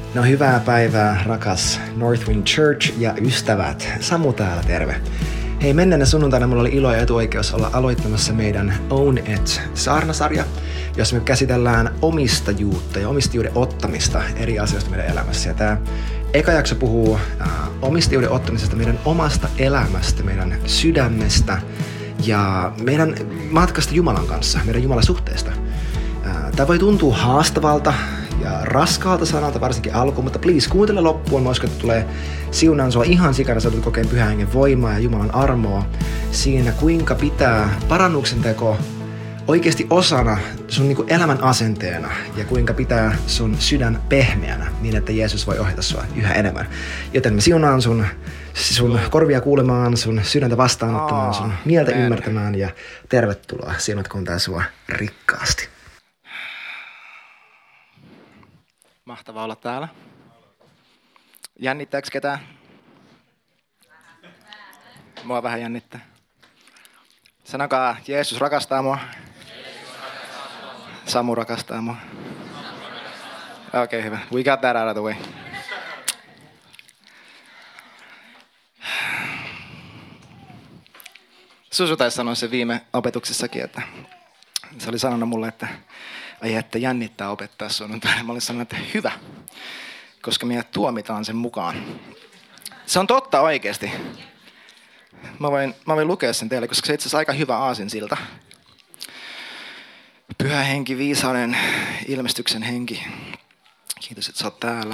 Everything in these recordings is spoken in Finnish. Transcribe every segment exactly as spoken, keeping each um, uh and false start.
No hyvää päivää, rakas Northwind Church ja ystävät. Samu täällä, terve. Hei, menneenä sunnuntaina mulla oli ilo ja etuoikeus olla aloittamassa meidän Own It-saarnasarja, jossa me käsitellään omistajuutta ja omistajuuden ottamista eri asioista meidän elämässä. Ja tää eka jakso puhuu äh, omistajuuden ottamisesta meidän omasta elämästä, meidän sydämestä ja meidän matkasta Jumalan kanssa, meidän Jumalan suhteesta. Äh, tää voi tuntua haastavalta ja raskaalta sanalta, varsinkin alkuun, mutta please, kuuntele loppuun. Mä uskon, että tulee siunaan sua ihan sikana. Sä tulet kokeen Pyhän Hengen voimaa ja Jumalan armoa siinä, kuinka pitää parannuksen teko oikeasti osana sun niinku elämän asenteena ja kuinka pitää sun sydän pehmeänä niin, että Jeesus voi ohjata sua yhä enemmän. Joten mä siunaan sun, sun korvia kuulemaan, sun sydäntä vastaanottamaan, sun mieltä ymmärtämään ja tervetuloa. Siunatkoon tää sua rikkaasti. Mahtavaa olla täällä. Jännittääkö ketään? Mua vähän jännittää. Sanokaa, Jeesus rakastaa mua. Samu rakastaa mua. Okei, okay, hyvä. We got that out of the way. Susu taisi sanoa se viime opetuksessakin, että se oli sanonut mulle, että ai että jännittää opettaa sunnuntaina. Mä olin sanonut, että hyvä, koska meidät tuomitaan sen mukaan. Se on totta oikeasti. Mä voin, mä voin lukea sen teille, koska se on itse asiassa aika hyvä aasinsilta. Pyhä henki, viisauden, ilmestyksen henki. Kiitos, että sä oot täällä.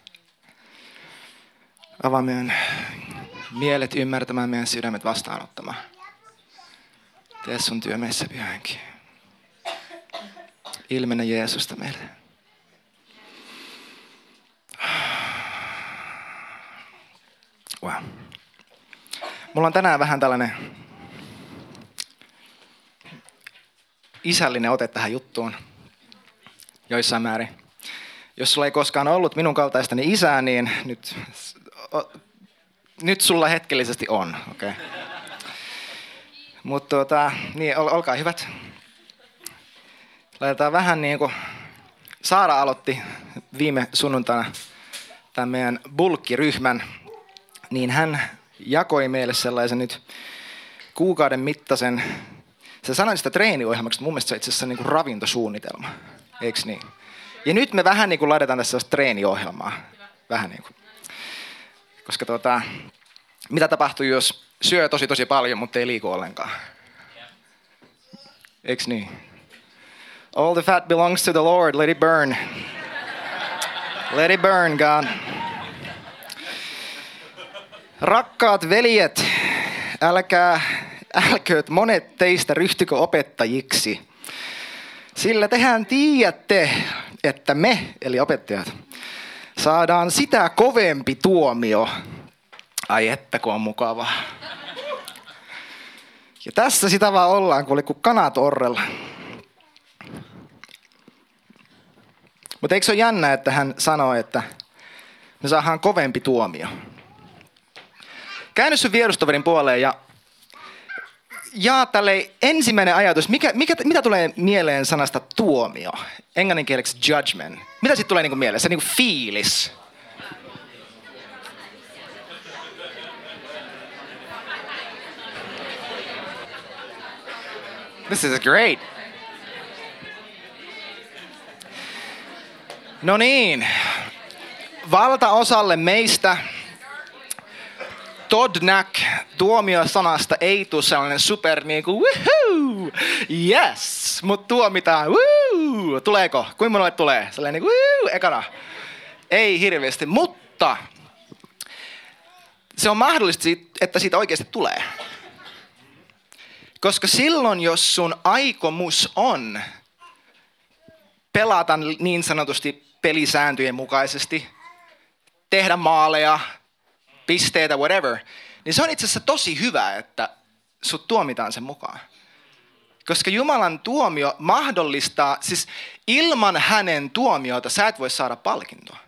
Avaa meidän mielet ymmärtämään, meidän sydämet vastaanottamaan. Tee sun työ meissä, Pyhä henki. Ilmennä Jeesusta meille. Wow. Mulla on tänään vähän tällainen isällinen ote tähän juttuun joissain määrin. Jos sulla ei koskaan ollut minun kaltaistani isää, niin nyt, o, nyt sulla hetkellisesti on. Okay. Mutta tuota, niin, ol, olkaa hyvät. Laitetaan vähän niin kuin Saara aloitti viime sunnuntaina tämän meidän bulkkiryhmän, niin hän jakoi meille sellaisen nyt kuukauden mittaisen, se sanoi sitä treeniohjelmaksi, mutta mun mielestä se on itse asiassa niin kuin ravintosuunnitelma, eikö niin? Ja nyt me vähän niin kuin laitetaan tässä treeniohjelmaa, vähän niin kuin. Koska tuota, mitä tapahtuu, jos syö tosi tosi paljon, mutta ei liiku ollenkaan? Eikö niin? All the fat belongs to the Lord. Let it burn. Let it burn, God. Rakkaat veljet, älkää, älkööt monet teistä ryhtykö opettajiksi. Sillä tehän tiedätte, että me, eli opettajat, saadaan sitä kovempi tuomio. Ai että, kun on mukavaa. Ja tässä sitä vaan ollaan, kun oli kuin kanat orrella. Mutta eikö se ole jännä, että hän sanoi, että me saadaan kovempi tuomio? Käänny sun vierustoverin puoleen ja jaa tälle ensimmäinen ajatus. Mikä, mikä, mitä tulee mieleen sanasta tuomio? Englanninkieleksi judgment. Mitä sitten tulee niinku mieleen? Se niinku fiilis. This is great. No niin, valtaosalle meistä Todnak tuomiosanasta ei tule sellainen super niinku woohoo, yes, mut tuomitaan, woo, tuleeko? Kuinka monelle tulee? Sellainen niinku woo, ekana. Ei hirveästi, mutta se on mahdollista, että siitä oikeasti tulee. Koska silloin, jos sun aikomus on pelata niin sanotusti pelisääntöjen mukaisesti, tehdä maaleja, pisteitä, whatever, niin se on itse asiassa tosi hyvä, että sut tuomitaan sen mukaan. Koska Jumalan tuomio mahdollistaa, siis ilman hänen tuomiota sä et voi saada palkintoa.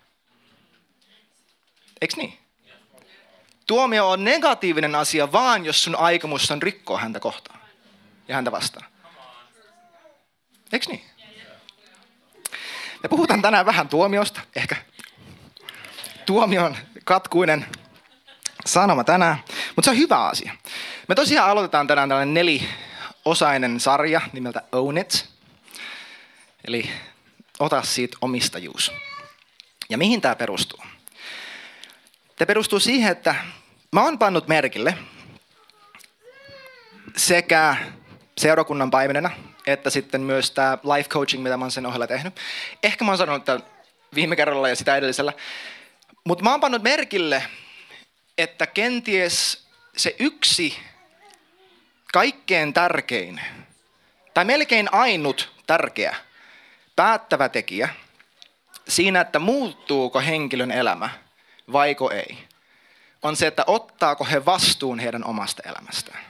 Eiks niin? Tuomio on negatiivinen asia vaan, jos sun aikomus on rikkoa häntä kohtaan ja häntä vastaan. Eiks niin? Me puhutaan tänään vähän tuomiosta, ehkä tuomion katkuinen sanoma tänään, mutta se on hyvä asia. Me tosiaan aloitetaan tänään tällainen neliosainen sarja nimeltä Own It. Eli ota siitä omistajuus. Ja mihin tämä perustuu? Tämä perustuu siihen, että mä oon pannut merkille sekä seurakunnan paimenena, että sitten myös tämä life coaching, mitä mä oon sen ohella tehnyt. Ehkä mä oon sanonut tämän viime kerralla ja sitä edellisellä. Mutta mä oon pannut merkille, että kenties se yksi kaikkein tärkein, tai melkein ainut tärkeä, päättävä tekijä siinä, että muuttuuko henkilön elämä vaiko ei, on se, että ottaako he vastuun heidän omasta elämästään.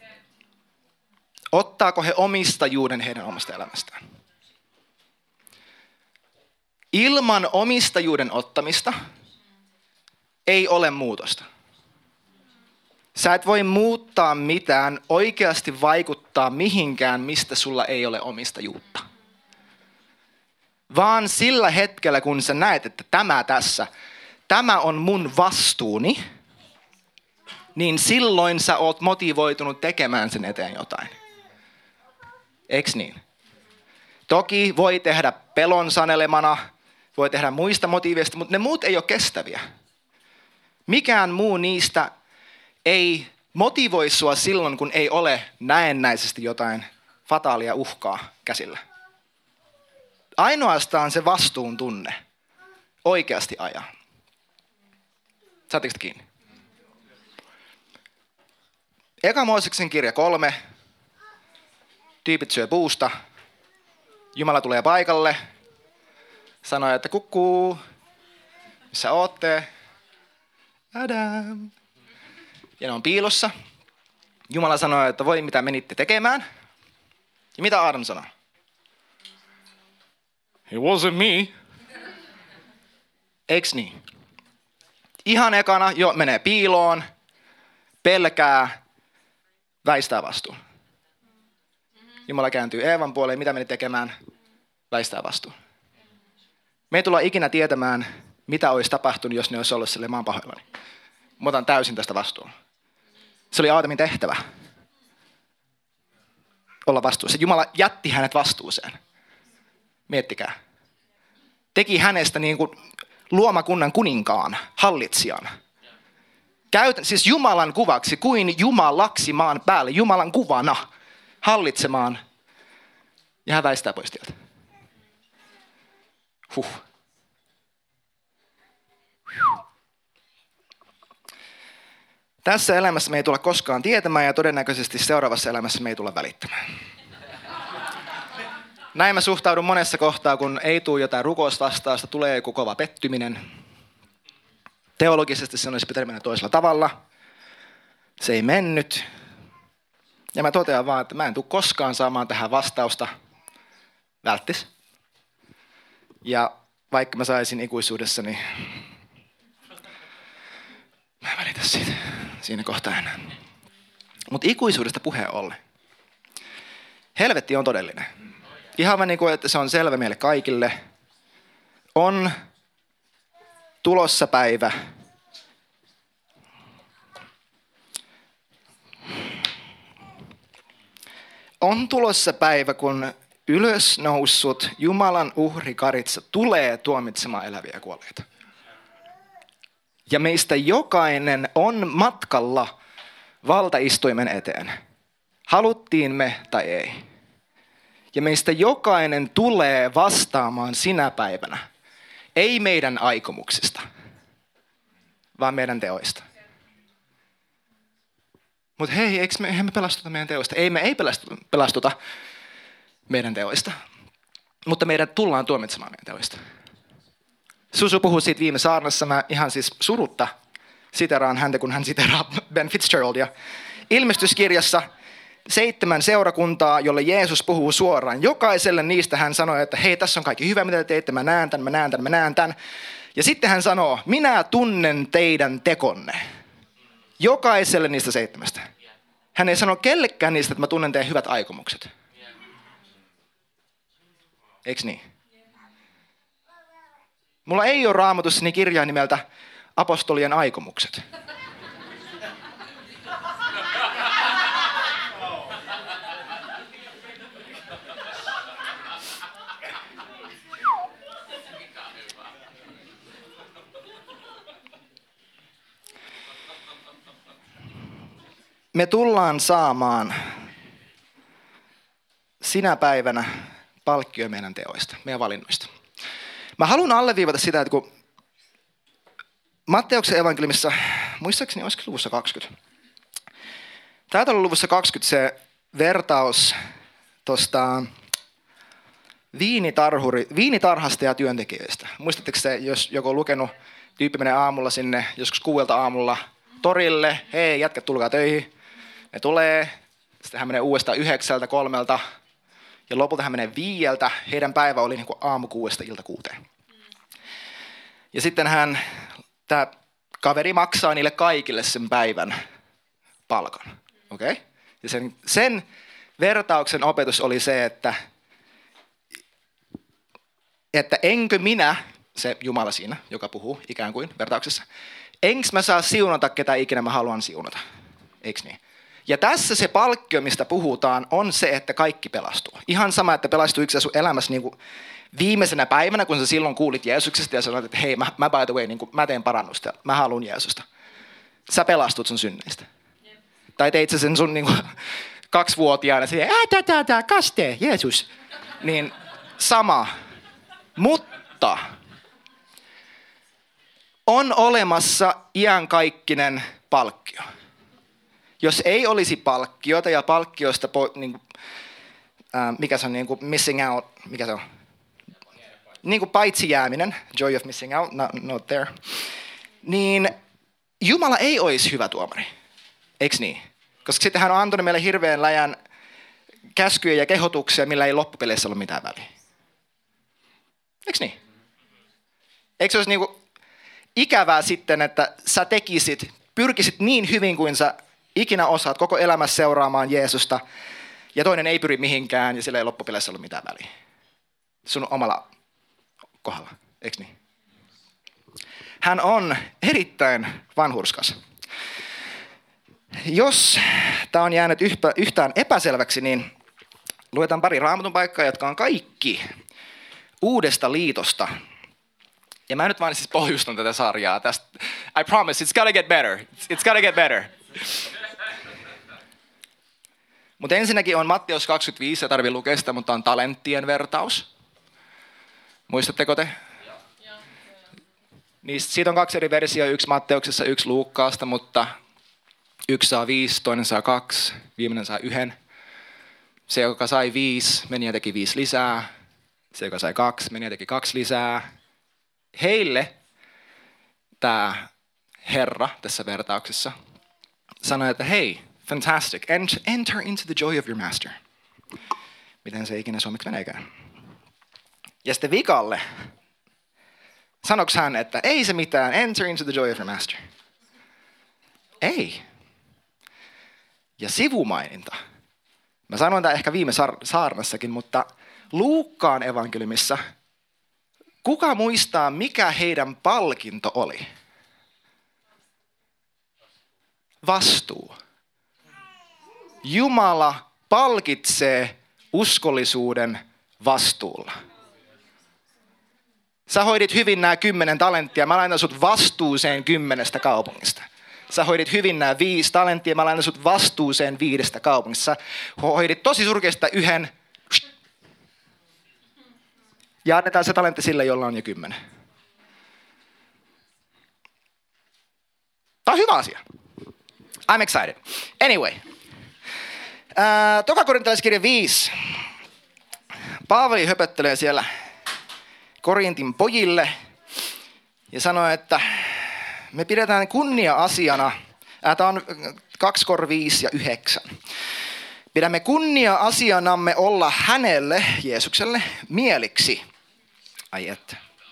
Ottaako he omistajuuden heidän omasta elämästään. Ilman omistajuuden ottamista ei ole muutosta. Sä et voi muuttaa mitään, oikeasti vaikuttaa mihinkään, mistä sulla ei ole omistajuutta. Vaan sillä hetkellä, kun sä näet, että tämä tässä, tämä on mun vastuuni, niin silloin sä oot motivoitunut tekemään sen eteen jotain. Eiks niin? Toki voi tehdä pelon sanelemana, voi tehdä muista motiiveista, mutta ne muut ei ole kestäviä. Mikään muu niistä ei motivoi sua silloin, kun ei ole näennäisesti jotain fataalia uhkaa käsillä. Ainoastaan se vastuun tunne oikeasti ajaa. Saatteko kiinni? Eka Mooseksen kirja kolme. Tyypit syö puusta. Jumala tulee paikalle. Sanoo, että kukkuu. Missä ootte? Adam. Ja ne on piilossa. Jumala sanoo, että voi mitä menitte tekemään. Ja mitä Adam sanoo? It wasn't me. Eiks niin? Ihan ekana jo menee piiloon, pelkää, väistää vastuun. Jumala kääntyy Eevan puoleen, mitä meni tekemään, väistää vastuun. Me ei tulla ikinä tietämään, mitä olisi tapahtunut, jos ne olisi ollut sille maan pahoillani. Mä otan täysin tästä vastuun. Se oli Aatamin tehtävä. Olla vastuussa. Jumala jätti hänet vastuuseen. Miettikää. Teki hänestä niin kuin luomakunnan kuninkaan, hallitsijan. Käytän, siis Jumalan kuvaksi, kuin Jumalaksi maan päälle, Jumalan kuvana hallitsemaan. Ja hän väistää pois tieltä. Huh. Tässä elämässä me ei tulla koskaan tietämään ja todennäköisesti seuraavassa elämässä me ei tulla välittämään. Näin mä suhtaudun monessa kohtaa, kun ei tule jotain rukousvastausta, tulee joku kova pettyminen. Teologisesti se olisi pitänyt mennä toisella tavalla. Se ei mennyt. Ja mä totean vaan, että mä en tule koskaan saamaan tähän vastausta. Välttis. Ja vaikka mä saisin ikuisuudessa, niin mä en välitä siitä siinä kohtaa enää. Mutta ikuisuudesta puheen ollen. Helvetti on todellinen. Ihan niin kuin, että se on selvä meille kaikille. On tulossa päivä. On tulossa päivä, kun ylösnoussut Jumalan uhrikaritsa tulee tuomitsemaan eläviä ja kuolleita. Ja meistä jokainen on matkalla valtaistuimen eteen. Haluttiin me tai ei. Ja meistä jokainen tulee vastaamaan sinä päivänä. Ei meidän aikomuksista, vaan meidän teoista. Mutta hei, eikö me, eihän me pelastuta meidän teoista? Ei, me ei pelastuta, pelastuta meidän teoista. Mutta meidän tullaan tuomitsemaan meidän teoista. Susu puhui siitä viime saarnassa. Mä ihan siis surutta siteraan häntä, kun hän siteraa Ben Fitzgeraldia. Ilmestyskirjassa seitsemän seurakuntaa, jolle Jeesus puhuu suoraan. Jokaiselle niistä hän sanoi, että hei, tässä on kaikki hyvä, mitä te teitte. Mä näen tämän, mä näen tämän, mä näen tämän. Ja sitten hän sanoo, minä tunnen teidän tekonne. Jokaiselle niistä seitsemästä. Hän ei sano kellekään niistä, että mä tunnen teidän hyvät aikomukset. Eiks niin? Mulla ei ole Raamatussani kirjaa nimeltä Apostolien aikomukset. Me tullaan saamaan sinä päivänä palkkio meidän teoista, meidän valinnoista. Mä haluan alleviivata sitä, että kun Matteuksen evankeliumissa, muistaakseni olisiko luvussa kaksikymmentä? Taitaa olla luvussa kaksikymmentä se vertaus tuosta viinitarhuri, viinitarhasta ja työntekijöistä. Muistatteko se, jos joku on lukenut, tyyppi menee aamulla sinne, joskus kuuelta aamulla torille, hei jätkät tulkaa töihin. Ne tulee, sitten hän menee uudestaan yhdeksältä, kolmelta ja lopulta hän menee viieltä. Heidän päivä oli niin kuin aamu kuudesta ilta kuuteen. Ja sitten hän, tämä kaveri maksaa niille kaikille sen päivän palkan. Okay? Ja sen, sen vertauksen opetus oli se, että, että enkö minä, se Jumala siinä, joka puhuu ikään kuin vertauksessa, enkö mä saa siunata, ketä ikinä mä haluan siunata. Eikö niin? Ja tässä se palkkio, mistä puhutaan, on se, että kaikki pelastuu. Ihan sama, että pelastuiko se sun elämässä niin kuin viimeisenä päivänä, kun sä silloin kuulit Jeesuksesta ja sanoit, että hei, mä, mä by the way, niin kuin, mä teen parannusta, mä haluan Jeesusta. Sä pelastut sun synneistä. Yep. Tai teit sä sen sun niin kuin, kaksivuotiaana, siihen, ää, tää, tää, tää, kaste, Jeesus. Niin sama. Mutta on olemassa iankaikkinen palkkio. Jos ei olisi palkkiota ja palkkiosta, po, niin kuin, äh, mikä se on, niin kuin missing out, mikä se on? Niin kuin paitsi jääminen, joy of missing out, not, not there. Niin Jumala ei olisi hyvä tuomari, eikö niin? Koska sitten hän on antanut meille hirveän läjän käskyjä ja kehotuksia, millä ei loppupeleissä ole mitään väliä. Eikö niin? Eikö se olisi niin kuin ikävää sitten, että sä tekisit, pyrkisit niin hyvin kuin sä ikinä osaat koko elämässä seuraamaan Jeesusta, ja toinen ei pyri mihinkään, ja sillä ei loppupeleissä ollut mitään väliä. Sun omalla kohdalla, eikö niin? Hän on erittäin vanhurskas. Jos tämä on jäänyt yhtä, yhtään epäselväksi, niin luetaan pari Raamatun paikkaa, jotka on kaikki Uudesta liitosta. Ja mä nyt vaan siis pohjustan tätä sarjaa. Tästä, I promise, it's gotta get better. It's gotta get better. Mutta ensinnäkin on Matteus kaksikymmentäviisi, ja tarvii lukea sitä, mutta on talenttien vertaus. Muistatteko te? Niin siitä on kaksi eri versioa, yksi Matteuksessa, yksi Luukkaasta, mutta yksi saa viisi, toinen saa kaksi, viimeinen saa yhden. Se, joka sai viisi, meni ja teki viisi lisää. Se, joka sai kaksi, meni ja teki kaksi lisää. Heille tämä Herra tässä vertauksessa sanoi, että hei, fantastic, enter into the joy of your master. Miten se ikinä suomeksi meneekään. Ja sitten vikalle sanoks hän, että ei se mitään, enter into the joy of your master. Ei. Ja sivumaininta. Mä sanoin tämän ehkä viime saarnassakin, mutta Luukkaan evankeliumissa kuka muistaa, mikä heidän palkinto oli? Vastuu. Jumala palkitsee uskollisuuden vastuulla. Sä hoidit hyvin nämä kymmenen talenttia, mä laitan sut vastuuseen kymmenestä kaupungista. Sä hoidit hyvin nämä viisi talenttia, mä laitan sut vastuuseen viidestä kaupungista. Sä hoidit tosi surkeasta yhden. Ja annetaan se talentti sille, jolla on jo kymmenen. Tämä on hyvä asia. I'm excited. Anyway. Ää, toka korintalaiskirja viisi. Paavali höpöttelee siellä Korintin pojille ja sanoo, että me pidetään kunnia-asiana. Tämä on kaksi kor viisi ja yhdeksän. Pidämme kunnia-asianamme olla hänelle, Jeesukselle, mieliksi. Ai että.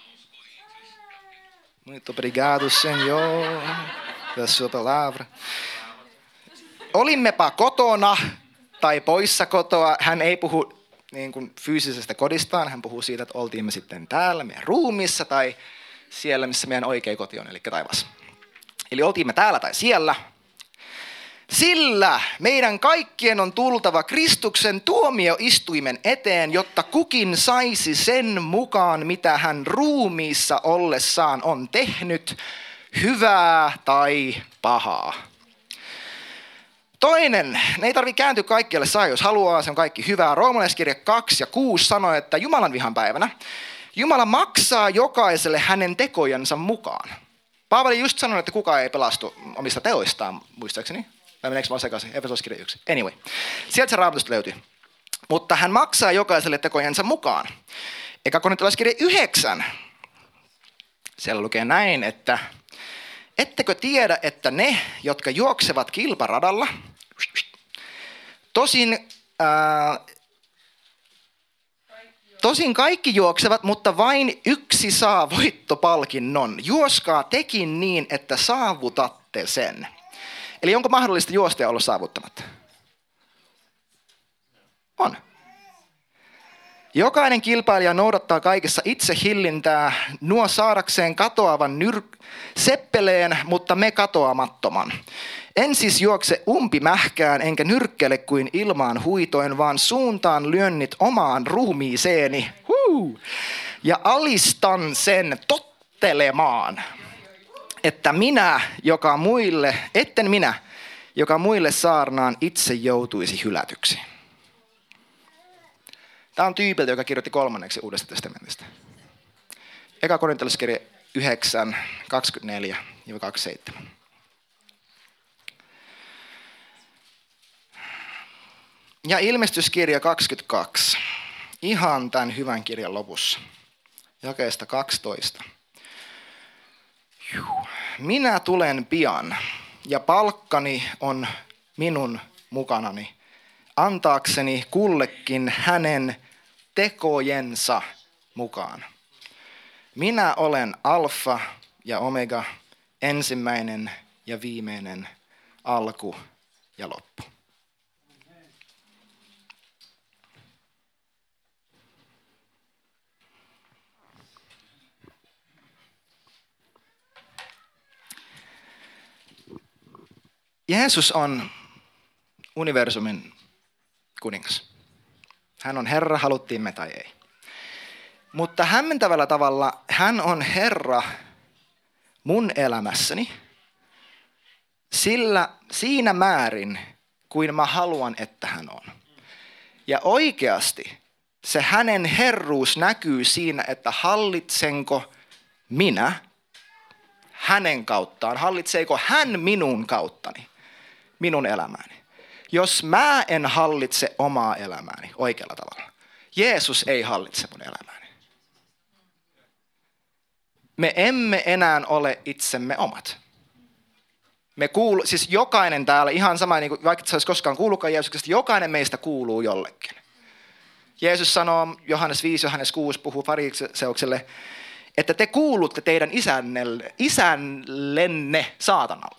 Muito obrigado, Senhor, da sua palavra. Olimmepa kotona tai poissa kotoa. Hän ei puhu niin kuin fyysisestä kodistaan. Hän puhuu siitä, että oltiin me sitten täällä meidän ruumissa tai siellä, missä meidän oikea koti on, eli taivas. Eli oltiin me täällä tai siellä. Sillä meidän kaikkien on tultava Kristuksen tuomioistuimen eteen, jotta kukin saisi sen mukaan, mitä hän ruumiissa ollessaan on tehnyt, hyvää tai pahaa. Toinen, ne ei tarvitse kääntyä kaikkialle saa, jos haluaa, se on kaikki hyvää. Roomalaiskirja kaksi ja kuusi sanoo, että Jumalan vihan päivänä Jumala maksaa jokaiselle hänen tekojensa mukaan. Paavali just sanoi, että kukaan ei pelastu omista teoistaan, muistaakseni. Vai meneekö mä sekaisin? Efesoskirja yksi. Anyway, sieltä se Raamatusta löytyy. Mutta hän maksaa jokaiselle tekojensa mukaan. Eka Korintolaiskirja yhdeksän. Siellä lukee näin, että ettekö tiedä, että ne, jotka juoksevat kilparadalla, tosin, ää, tosin kaikki juoksevat, mutta vain yksi saa voittopalkinnon. Juoskaa tekin niin, että saavutatte sen. Eli onko mahdollista juosta ja olla saavuttamatta? On. Jokainen kilpailija noudattaa kaikessa itsehillintää, nuo saadakseen katoavan nyr- seppeleen, mutta me katoamattoman. En siis juokse umpimähkään enkä nyrkkele kuin ilmaan huitoin, vaan suuntaan lyönnit omaan ruumiiseeni. Huu! Ja alistan sen tottelemaan, että minä, joka muille, etten minä, joka muille saarnaan, itse joutuisi hylätyksi. Tämä on tyypiltä, joka kirjoitti kolmanneksi Uudesta testamentista. Eka Korintolaiskirja yhdeksän, kaksikymmentäneljä kaksikymmentäseitsemän. Ja ilmestyskirja kaksikymmentäkaksi. Ihan tämän hyvän kirjan lopussa. Jakeesta kaksitoista. Minä tulen pian ja palkkani on minun mukanani, antaakseni kullekin hänen tekojensa mukaan. Minä olen alfa ja omega, ensimmäinen ja viimeinen, alku ja loppu. Jeesus on universumin kuningas. Hän on Herra, haluttiin me tai ei. Mutta hämmentävällä tavalla hän on Herra mun elämässäni sillä siinä määrin, kuin mä haluan, että hän on. Ja oikeasti se hänen herruus näkyy siinä, että hallitsenko minä hänen kauttaan, hallitseeko hän minun kauttani, minun elämääni. Jos mä en hallitse omaa elämääni oikealla tavalla, Jeesus ei hallitse mun elämääni. Me emme enää ole itsemme omat. Me kuulu, siis jokainen täällä, ihan sama, niin kuin, vaikka et sä olisi koskaan kuullutkaan Jeesuksesta, jokainen meistä kuuluu jollekin. Jeesus sanoo, Johannes viisi, Johannes kuusi, puhuu fariseukselle, että te kuulutte teidän isännelle, isällenne saatanalle.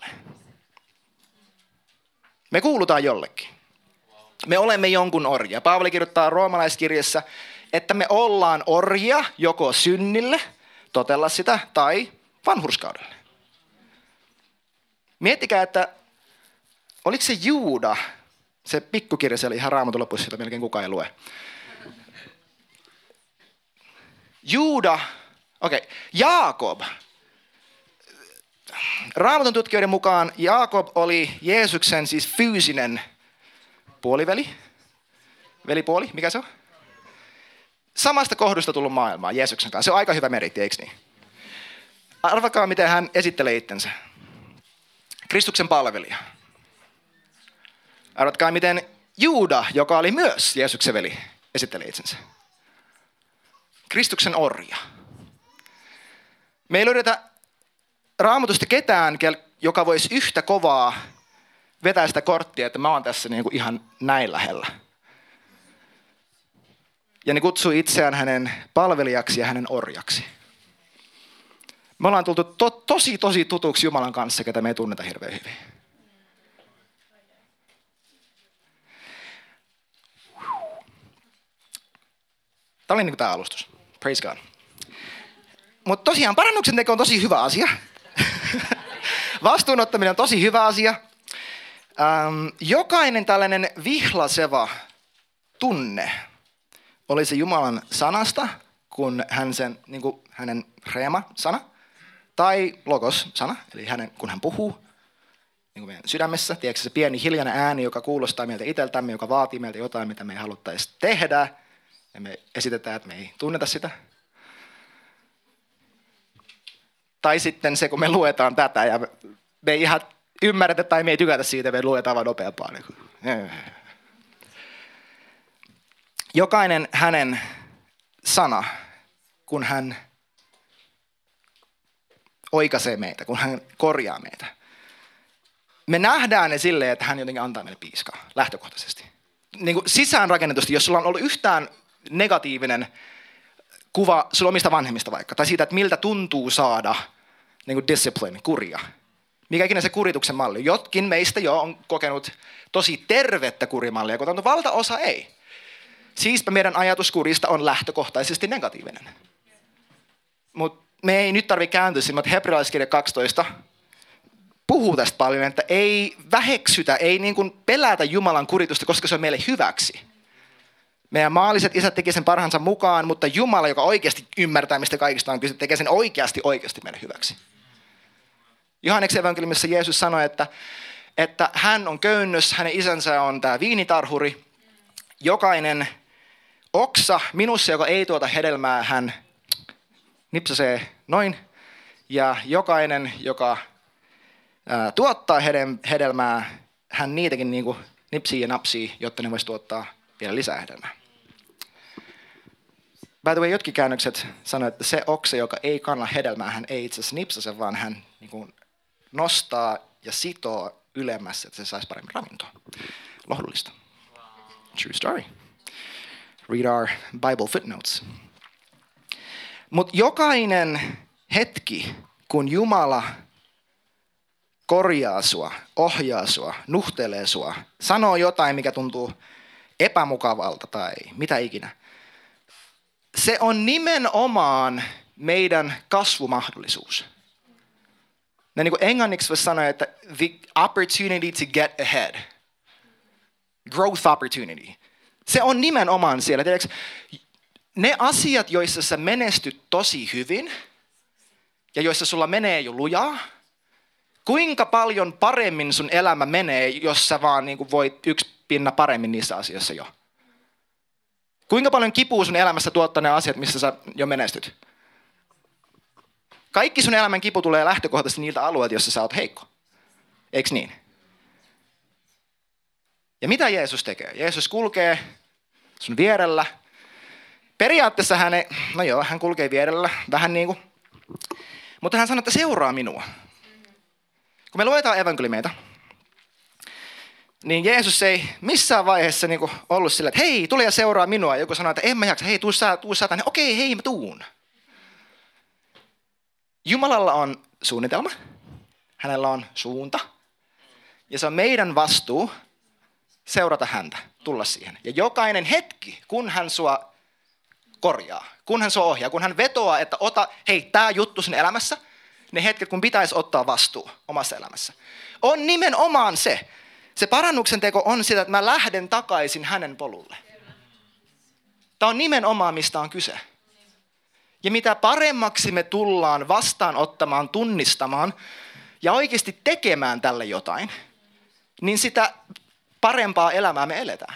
Me kuulutaan jollekin. Me olemme jonkun orja. Paavali kirjoittaa roomalaiskirjassa, että me ollaan orjia joko synnille, totella sitä, tai vanhurskaudelle. Miettikää, että oliko se Juuda, se pikkukirja siellä ihan Raamatun lopussa, jota melkein kukaan ei lue. Juuda, okei, okay. Jaakob. Raamatun tutkijoiden mukaan Jaakob oli Jeesuksen siis fyysinen puoliveli, velipuoli, mikä se on? Samasta kohdusta tullut maailmaan Jeesuksen kanssa. Se on aika hyvä meritti, eikö niin? Arvakaa, miten hän esittelee itsensä. Kristuksen palvelija. Arvatkaa, miten Juuda, joka oli myös Jeesuksen veli, esittelee itsensä. Kristuksen orja. Me ei löydetä Raamatusta ketään, joka voisi yhtä kovaa vetää sitä korttia, että mä oon tässä niin kuin ihan näin lähellä. Ja ne kutsui itseään hänen palvelijaksi ja hänen orjaksi. Me ollaan tultu to- tosi, tosi tutuksi Jumalan kanssa, ketä me ei tunneta hirveän hyvin. Tämä oli niin kuin tämä alustus. Praise God. Mutta tosiaan parannuksen teko on tosi hyvä asia. Vastuunottaminen on tosi hyvä asia. Ähm, jokainen tällainen vihlaseva tunne, oli se Jumalan sanasta, kun hän sen, niin kuin hänen reema-sana, tai logos-sana, eli hänen, kun hän puhuu niin kuin meidän sydämessä. Tiedätkö se pieni hiljainen ääni, joka kuulostaa meiltä itseltämme, joka vaatii meiltä jotain, mitä me ei haluttaisi tehdä, ja me esitetään, että me ei tunneta sitä. Tai sitten se, kun me luetaan tätä, ja me ei ihan ymmärretä tai me ei tykätä siitä, me luetaan vaan nopeampaa. Jokainen hänen sana, kun hän oikaisee meitä, kun hän korjaa meitä. Me nähdään ne silleen, että hän jotenkin antaa meille piiskaa, lähtökohtaisesti. Niin kuin sisäänrakennetusti, jos sulla on ollut yhtään negatiivinen kuva sulla omista vanhemmista vaikka, tai siitä, että miltä tuntuu saada niin kuin discipline, kuria. Mikä ikinä se kurituksen malli. Jotkin meistä jo on kokenut tosi tervettä kurimallia, kun valtaosa ei. Siispä meidän ajatus kurista on lähtökohtaisesti negatiivinen. Mutta me ei nyt tarvitse kääntyä sinne, mutta hebrealaiskirja kaksitoista puhuu tästä paljon, että ei väheksytä, ei niin kuin pelätä Jumalan kuritusta, koska se on meille hyväksi. Meidän maalliset isät tekevät sen parhaansa mukaan, mutta Jumala, joka oikeasti ymmärtää, mistä kaikista on kyse, tekee sen oikeasti, oikeasti meille hyväksi. Johanneksen evankeliumissa Jeesus sanoi, että, että hän on köynnös, hänen isänsä on tämä viinitarhuri. Jokainen oksa minussa, joka ei tuota hedelmää, hän nipsasee noin. Ja jokainen, joka ää, tuottaa hedelmää, hän niitäkin niin kuin nipsii ja napsii, jotta ne voisi tuottaa vielä lisää hedelmää. By the way, jotkin käännökset sanoo, että se oksa, joka ei kanna hedelmää, hän ei itse asiassa nipsase, vaan hän niin kuin nostaa ja sitoo ylemmässä, että se saisi paremmin ravintoa. Lohdullista. True story. Read our Bible footnotes. Mutta jokainen hetki, kun Jumala korjaa sua, ohjaa sua, nuhtelee sua, sanoo jotain, mikä tuntuu epämukavalta tai mitä ikinä, se on nimenomaan meidän kasvumahdollisuus. Ja niin kuin englanniksi voisi sanoa, että the opportunity to get ahead. Growth opportunity. Se on nimenomaan siellä. Tiedätkö, ne asiat, joissa sä menestyt tosi hyvin ja joissa sulla menee jo lujaa, kuinka paljon paremmin sun elämä menee, jos sä vaan niin kuin voit yksi pinna paremmin niissä asioissa jo. Kuinka paljon kipua sun elämässä tuottaa ne asiat, missä sä jo menestyt? Kaikki sun elämän kipu tulee lähtökohtaisesti niiltä alueilta, joissa sä oot heikko. Eiks niin? Ja mitä Jeesus tekee? Jeesus kulkee sun vierellä. Periaatteessa hän, ei, no joo, hän kulkee vierellä, vähän niin kuin. Mutta hän sanoo, että seuraa minua. Kun me luetaan evankeliumeita, niin Jeesus ei missään vaiheessa niin kuin ollut sillä, että hei, tule ja seuraa minua. Joku sanoo, että en mä jaksa, hei, tuu sä, tuu sä tänne. Okei, hei, mä tuun. Jumalalla on suunnitelma, hänellä on suunta, ja se on meidän vastuu seurata häntä, tulla siihen. Ja jokainen hetki, kun hän sua korjaa, kun hän sua ohjaa, kun hän vetoaa, että ota, hei, tää juttu sun elämässä, ne hetket, kun pitäisi ottaa vastuu omassa elämässä, on nimenomaan se. Se parannuksen teko on sitä, että mä lähden takaisin hänen polulle. Tämä on nimenomaan, mistä on kyse. Ja mitä paremmaksi me tullaan vastaanottamaan, tunnistamaan ja oikeasti tekemään tälle jotain, niin sitä parempaa elämää me eletään.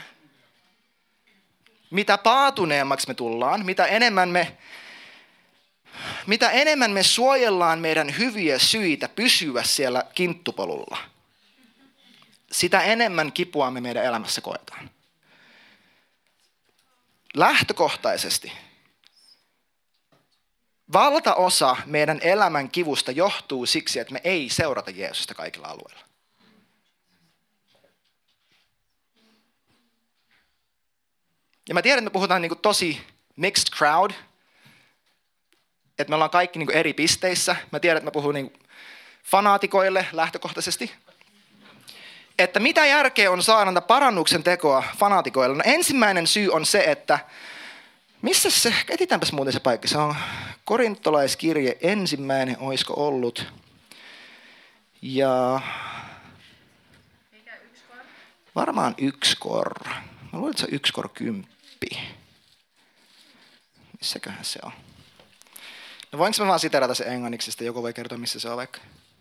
Mitä paatuneemmaksi me tullaan, mitä enemmän me, mitä enemmän me suojellaan meidän hyviä syitä pysyä siellä kinttupolulla, sitä enemmän kipua me meidän elämässä koetaan. Lähtökohtaisesti valtaosa meidän elämän kivusta johtuu siksi, että me ei seurata Jeesusta kaikilla alueilla. Ja mä tiedän, että me puhutaan niin kuin tosi mixed crowd, että me ollaan kaikki niin kuin eri pisteissä. Mä tiedän, että mä puhun niin kuin fanaatikoille lähtökohtaisesti. Että mitä järkeä on saada parannuksen tekoa fanaatikoille? No ensimmäinen syy on se, että Missä se, etitäänpäs muuten se paikka, se on korintolaiskirje ensimmäinen, oisko ollut. Ja varmaan yksi kor. Mä luulen, että se on yksi kor kymppi. Missäköhän se on? No voinko mä vaan siterata se englanniksi, sitten joku voi kertoa, missä se on vaikka.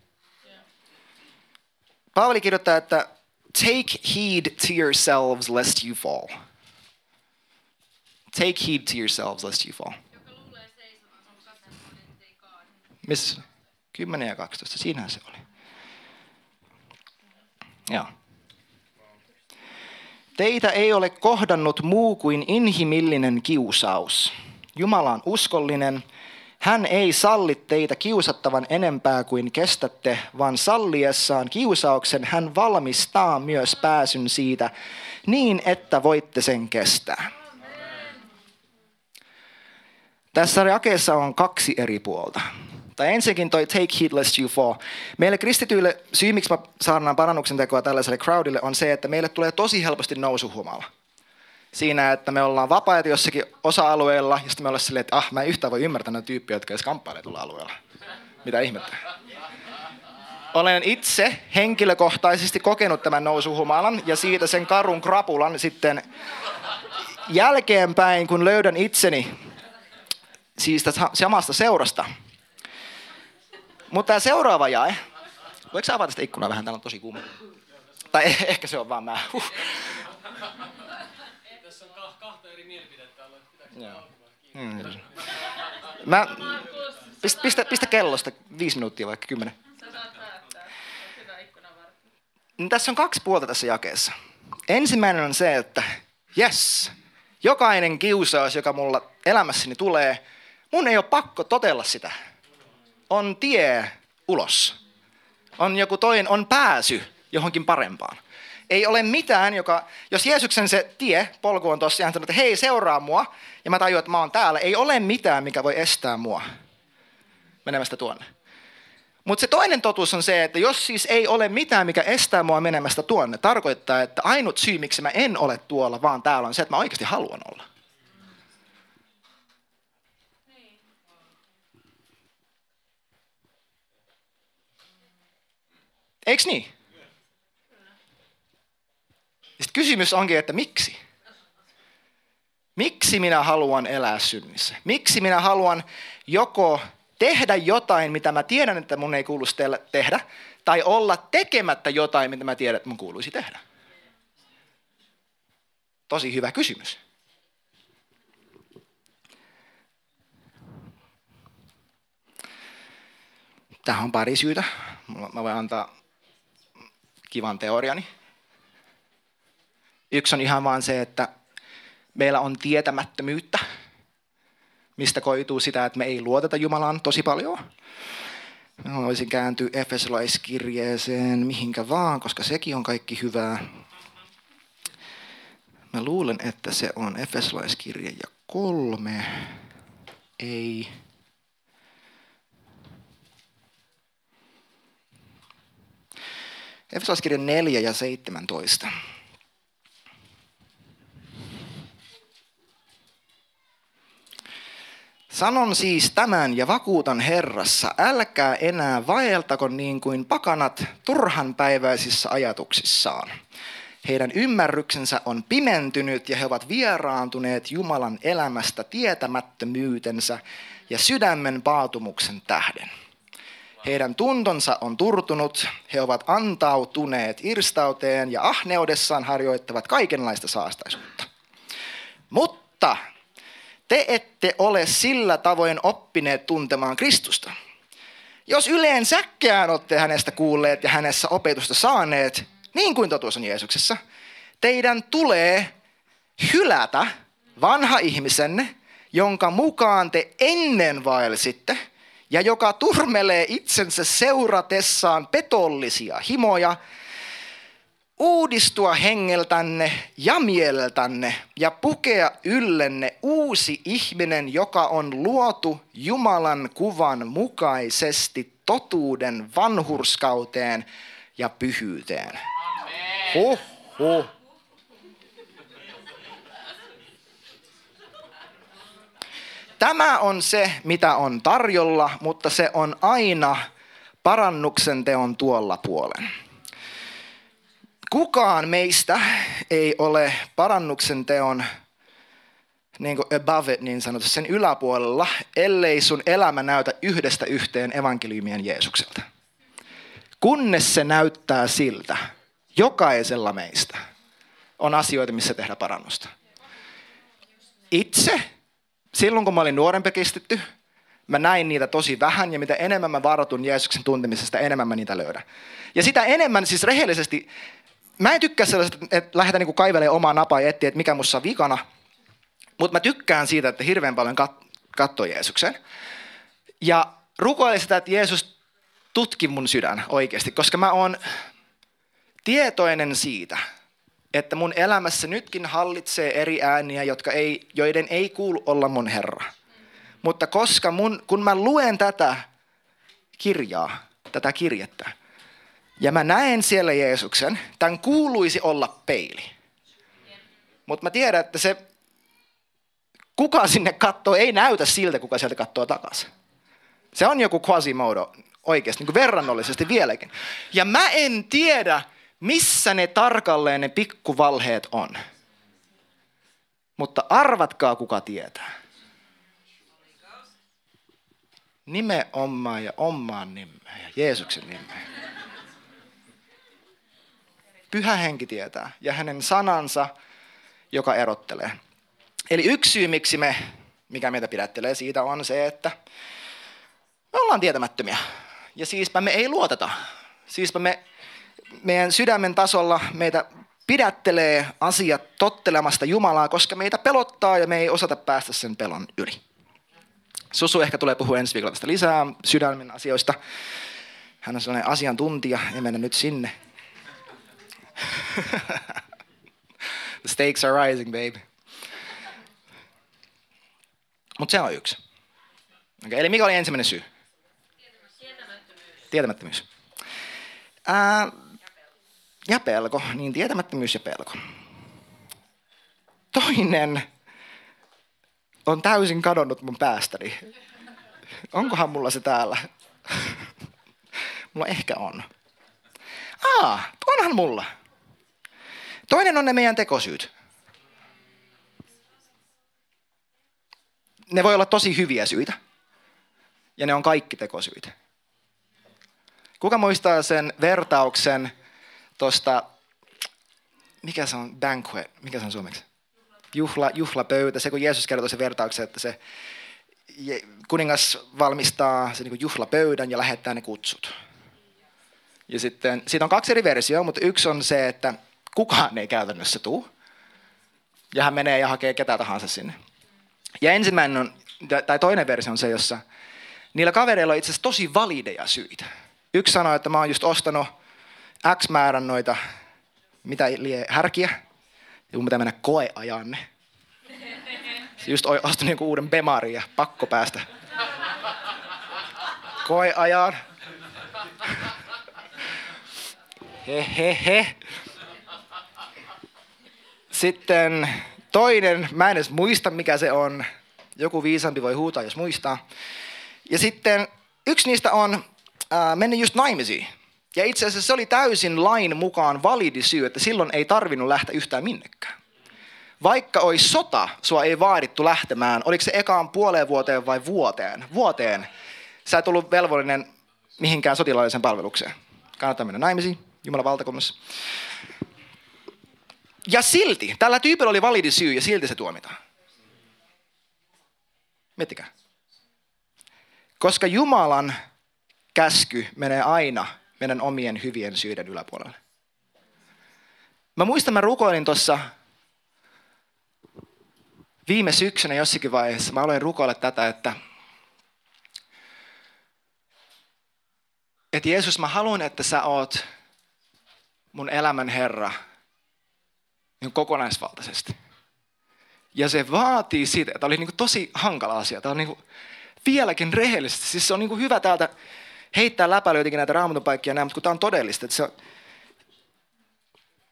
Paavali kirjoittaa, että take heed to yourselves lest you fall. Take heed to yourselves lest you fall. Missä? kymmenen ja kaksitoista, siinähän se oli. Joo. Teitä ei ole kohdannut muu kuin inhimillinen kiusaus. Jumala on uskollinen. Hän ei salli teitä kiusattavan enempää kuin kestätte, vaan salliessaan kiusauksen hän valmistaa myös pääsyn siitä niin, että voitte sen kestää. Tässä jakeessa on kaksi eri puolta. Tai ensinnäkin toi take heed lest you fall. Meille kristityille syy, miksi mä saarnaan parannuksen tekoa tällaiselle crowdille, on se, että meille tulee tosi helposti nousuhumala. Siinä, että me ollaan vapaita jossakin osa-alueella, ja sitten me ollaan silleen, että ah, mä en yhtään voi ymmärtää näitä tyyppiä, jotka edes kamppailee tuolla alueella. Mitä ihmettä? Olen itse henkilökohtaisesti kokenut tämän nousuhumalan, ja siitä sen karun krapulan sitten jälkeenpäin, kun löydän itseni siitä samasta seurasta. Mutta tämä seuraava jae, voiko sä avata sitä ikkunaa vähän, täällä on tosi kuuma. Tai ehkä se on vaan mä. Huh. Tässä on kahta eri mielipidettä. Hmm. Mä, pistä, pistä, pistä kellosta viisi minuuttia vaikka kymmenen. Sä saat päättää, on hyvä ikkuna varten. No, tässä on kaksi puolta tässä jakeessa. Ensimmäinen on se, että jes, jokainen kiusaus, joka mulla elämässäni tulee, mun ei ole pakko totella sitä. On tie ulos. On joku toinen, on pääsy johonkin parempaan. Ei ole mitään, joka, jos Jeesuksen se tie, polku on tossa, ja hän sanoo, että hei, seuraa mua, ja mä tajuan, että mä oon täällä. Ei ole mitään, mikä voi estää mua menemästä tuonne. Mutta se toinen totuus on se, että jos siis ei ole mitään, mikä estää mua menemästä tuonne, tarkoittaa, että ainut syy, miksi mä en ole tuolla, vaan täällä on se, että mä oikeasti haluan olla. Eiks niin? Sitten kysymys onkin, että miksi? Miksi minä haluan elää synnissä? Miksi minä haluan joko tehdä jotain, mitä mä tiedän, että mun ei kuuluisi tehdä, tai olla tekemättä jotain, mitä mä tiedän, että mun kuuluisi tehdä? Tosi hyvä kysymys. Tähän on pari syytä. Mä voin antaa kivan teoriani. Yksi on ihan vaan se, että meillä on tietämättömyyttä, mistä koituu sitä, että me ei luoteta Jumalaan tosi paljon. Mä voisin kääntyä Efesolaiskirjeeseen mihinkä vaan, koska sekin on kaikki hyvää. Mä luulen, että se on Efesolaiskirje ja kolme. Ei. Efesolaiskirje neljä ja seitsemäntoista. Sanon siis tämän ja vakuutan Herrassa, älkää enää vaeltako niin kuin pakanat turhanpäiväisissä ajatuksissaan. Heidän ymmärryksensä on pimentynyt ja he ovat vieraantuneet Jumalan elämästä tietämättömyytensä ja sydämen paatumuksen tähden. Heidän tuntonsa on turtunut, he ovat antautuneet irstauteen ja ahneudessaan harjoittavat kaikenlaista saastaisuutta. Mutta te ette ole sillä tavoin oppineet tuntemaan Kristusta. Jos yleensäkään olette hänestä kuulleet ja hänessä opetusta saaneet, niin kuin totuus on Jeesuksessa, teidän tulee hylätä vanha ihmisenne, jonka mukaan te ennen vaelsitte, ja joka turmelee itsensä seuratessaan petollisia himoja, uudistua hengeltänne ja mieleltänne ja pukea yllenne uusi ihminen, joka on luotu Jumalan kuvan mukaisesti totuuden vanhurskauteen ja pyhyyteen. Amen. Huh, huh. tämä on se, mitä on tarjolla, mutta se on aina parannuksen teon tuolla puolen. Kukaan meistä ei ole parannuksen teon niin kuin above it, niin sanotusti sen yläpuolella, ellei sun elämä näytä yhdestä yhteen evankeliumien Jeesukselta. Kunnes se näyttää siltä, jokaisella meistä on asioita, missä tehdään parannusta. Itse, silloin kun mä olin nuorempi kristitty, mä näin niitä tosi vähän ja mitä enemmän mä varoitun Jeesuksen tuntemisesta, enemmän mä niitä löydän. Ja sitä enemmän siis rehellisesti, mä en tykkää sellaista, että lähdetään niin kuin kaivelemaan omaa napaa ja etsiä, että mikä musta on vikana. Mutta mä tykkään siitä, että hirveän paljon kat- katsoo Jeesuksen. Ja rukoilen sitä, että Jeesus tutki mun sydän oikeasti, koska mä oon tietoinen siitä, että mun elämässä nytkin hallitsee eri ääniä, jotka ei, joiden ei kuulu olla mun Herra. Mutta koska mun, kun mä luen tätä kirjaa, tätä kirjettä, ja mä näen siellä Jeesuksen, tämän kuuluisi olla peili. Mutta mä tiedän, että se, kuka sinne katsoo, ei näytä siltä, kuka sieltä katsoo takaisin. Se on joku quasimodo oikeasti, niin kuin verrannollisesti vieläkin. Ja mä en tiedä, missä ne tarkalleen ne pikkuvalheet on. Mutta arvatkaa, kuka tietää. Nimenomaan ja omaan nimeä ja Jeesuksen nimeä. Pyhä Henki tietää ja hänen sanansa, joka erottelee. Eli yksi syy, miksi me, mikä meitä pidättelee siitä, on se, että me ollaan tietämättömiä. Ja siispä me ei luoteta. Siispä me, meidän sydämen tasolla meitä pidättelee asiat tottelemasta Jumalaa, koska meitä pelottaa ja me ei osata päästä sen pelon yli. Susu ehkä tulee puhua ensi viikolla tästä lisää sydämen asioista. Hän on sellainen asiantuntija, ei mennä nyt sinne. The stakes are rising, baby. Mutta se on yksi. Okay, eli mikä oli ensimmäinen syy? Tietämättömyys. Tietämättömyys. Ää, ja pelko. Niin tietämättömyys ja pelko. Toinen on täysin kadonnut mun päästäni. Onkohan mulla se täällä? Mulla ehkä on. Aa, onhan mulla. Toinen on ne meidän tekosyyt. Ne voi olla tosi hyviä syitä. Ja ne on kaikki tekosyitä. Kuka muistaa sen vertauksen tosta, mikä se on, banquet, mikä se on suomeksi? Juhla, juhlapöytä, se kun Jeesus kertoi sen vertauksen, että se kuningas valmistaa se niin kuin juhlapöydän ja lähettää ne kutsut. Ja sitten, siitä on kaksi eri versioa, mutta yksi on se, että kukaan ei käytännössä tule. Ja hän menee ja hakee ketä tahansa sinne. Ja ensimmäinen on, tai toinen versio on se, jossa niillä kavereilla on itse asiassa tosi valideja syitä. Yksi sanoi, että mä oon just ostanut X määrän noita, mitä lie, härkiä. Ja mun pitää mennä koeajaan ne. Se just ostin joku uuden Bemarin ja pakko päästä koeajaan. He he he. Sitten toinen, mä en edes muista mikä se on. Joku viisampi voi huutaa, jos muistaa. Ja sitten yksi niistä on äh, mennyt just naimisiin. Ja itse asiassa se oli täysin lain mukaan validi syy, että silloin ei tarvinnut lähteä yhtään minnekään. Vaikka olisi sota, sua ei vaadittu lähtemään. Oliko se ekaan puoleen vuoteen vai vuoteen? Vuoteen. Sä et ollut velvollinen mihinkään sotilaalliseen palvelukseen. Kannattaa mennä naimisiin Jumalan valtakunnassa. Ja silti, tällä tyypillä oli validi syy ja silti se tuomitaan. Miettikää. Koska Jumalan käsky menee aina meidän omien hyvien syiden yläpuolelle. Mä muistan, mä rukoilin tuossa viime syksynä jossakin vaiheessa. Mä aloin rukoilla tätä, että, että Jeesus, mä haluan, että sä oot mun elämän Herra niin kokonaisvaltaisesti. Ja se vaatii sitä, että oli niin kuin tosi hankala asia. Tämä on niin kuin vieläkin rehellisesti. Siis se on niin kuin hyvä täältä heittää läpäily jotenkin näitä raamatun paikkia näin, mutta kun tämä on todellista. Että se,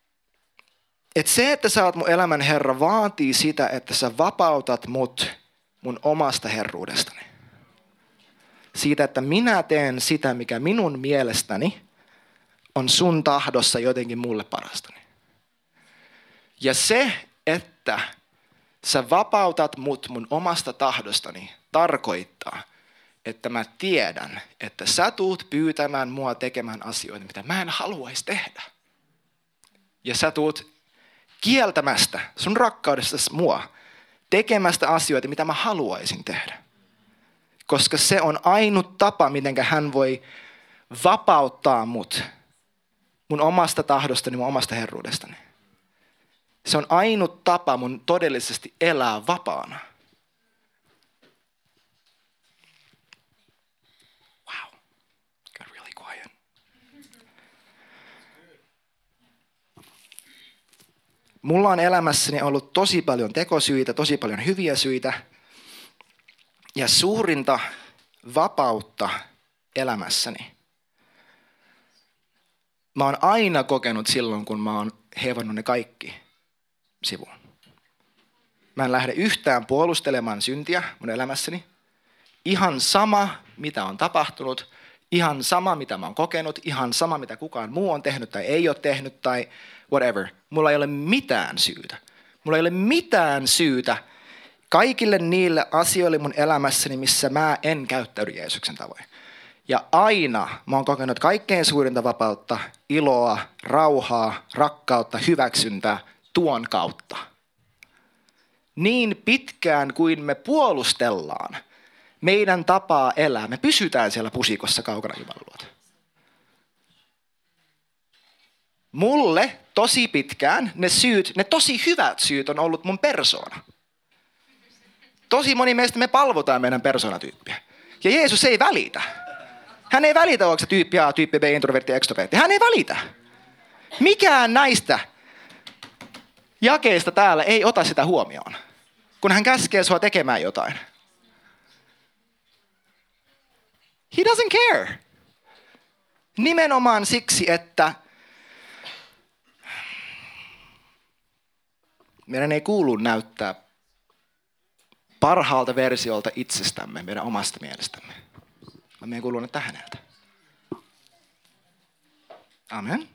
että se, että sä oot mun elämän Herra, vaatii sitä, että sä vapautat mut mun omasta herruudestani. Siitä, että minä teen sitä, mikä minun mielestäni on sun tahdossa jotenkin mulle parastani. Ja se, että sä vapautat mut mun omasta tahdostani, tarkoittaa, että mä tiedän, että sä tuut pyytämään mua tekemään asioita, mitä mä en haluaisi tehdä. Ja sä tuut kieltämästä sun rakkaudestasi mua tekemästä asioita, mitä mä haluaisin tehdä. Koska se on ainut tapa, miten hän voi vapauttaa mut mun omasta tahdostani, mun omasta herruudestani. Se on ainut tapa mun todellisesti elää vapaana. Wow. Got really quiet. Mulla on elämässäni ollut tosi paljon tekosyitä, tosi paljon hyviä syitä. Ja suurinta vapautta elämässäni mä oon aina kokenut silloin, kun mä oon heivannut ne kaikki sivuun. Mä en lähde yhtään puolustelemaan syntiä mun elämässäni. Ihan sama, mitä on tapahtunut. Ihan sama, mitä mä oon kokenut. Ihan sama, mitä kukaan muu on tehnyt tai ei ole tehnyt tai whatever. Mulla ei ole mitään syytä. Mulla ei ole mitään syytä kaikille niille asioille mun elämässäni, missä mä en käyttäydy Jeesuksen tavoin. Ja aina mä oon kokenut kaikkein suurinta vapautta, iloa, rauhaa, rakkautta, hyväksyntää tuon kautta. Niin pitkään kuin me puolustellaan meidän tapaa elää, me pysytään siellä pusikossa kaukana Jumalan luota. Mulle tosi pitkään ne syyt, ne tosi hyvät syyt on ollut mun persoona. Tosi moni meistä me palvotaan meidän persoonatyyppiä. Ja Jeesus ei välitä. Hän ei välitä, onko se tyyppi A, tyyppi B, introvertti, extrovertti. Hän ei välitä. Mikään näistä jakeista täällä ei ota sitä huomioon, kun hän käskee sua tekemään jotain. He doesn't care. Nimenomaan siksi, että meidän ei kuulu näyttää parhaalta versiolta itsestämme, meidän omasta mielestämme. Vaan meidän kuuluu näyttää häneltä. Amen.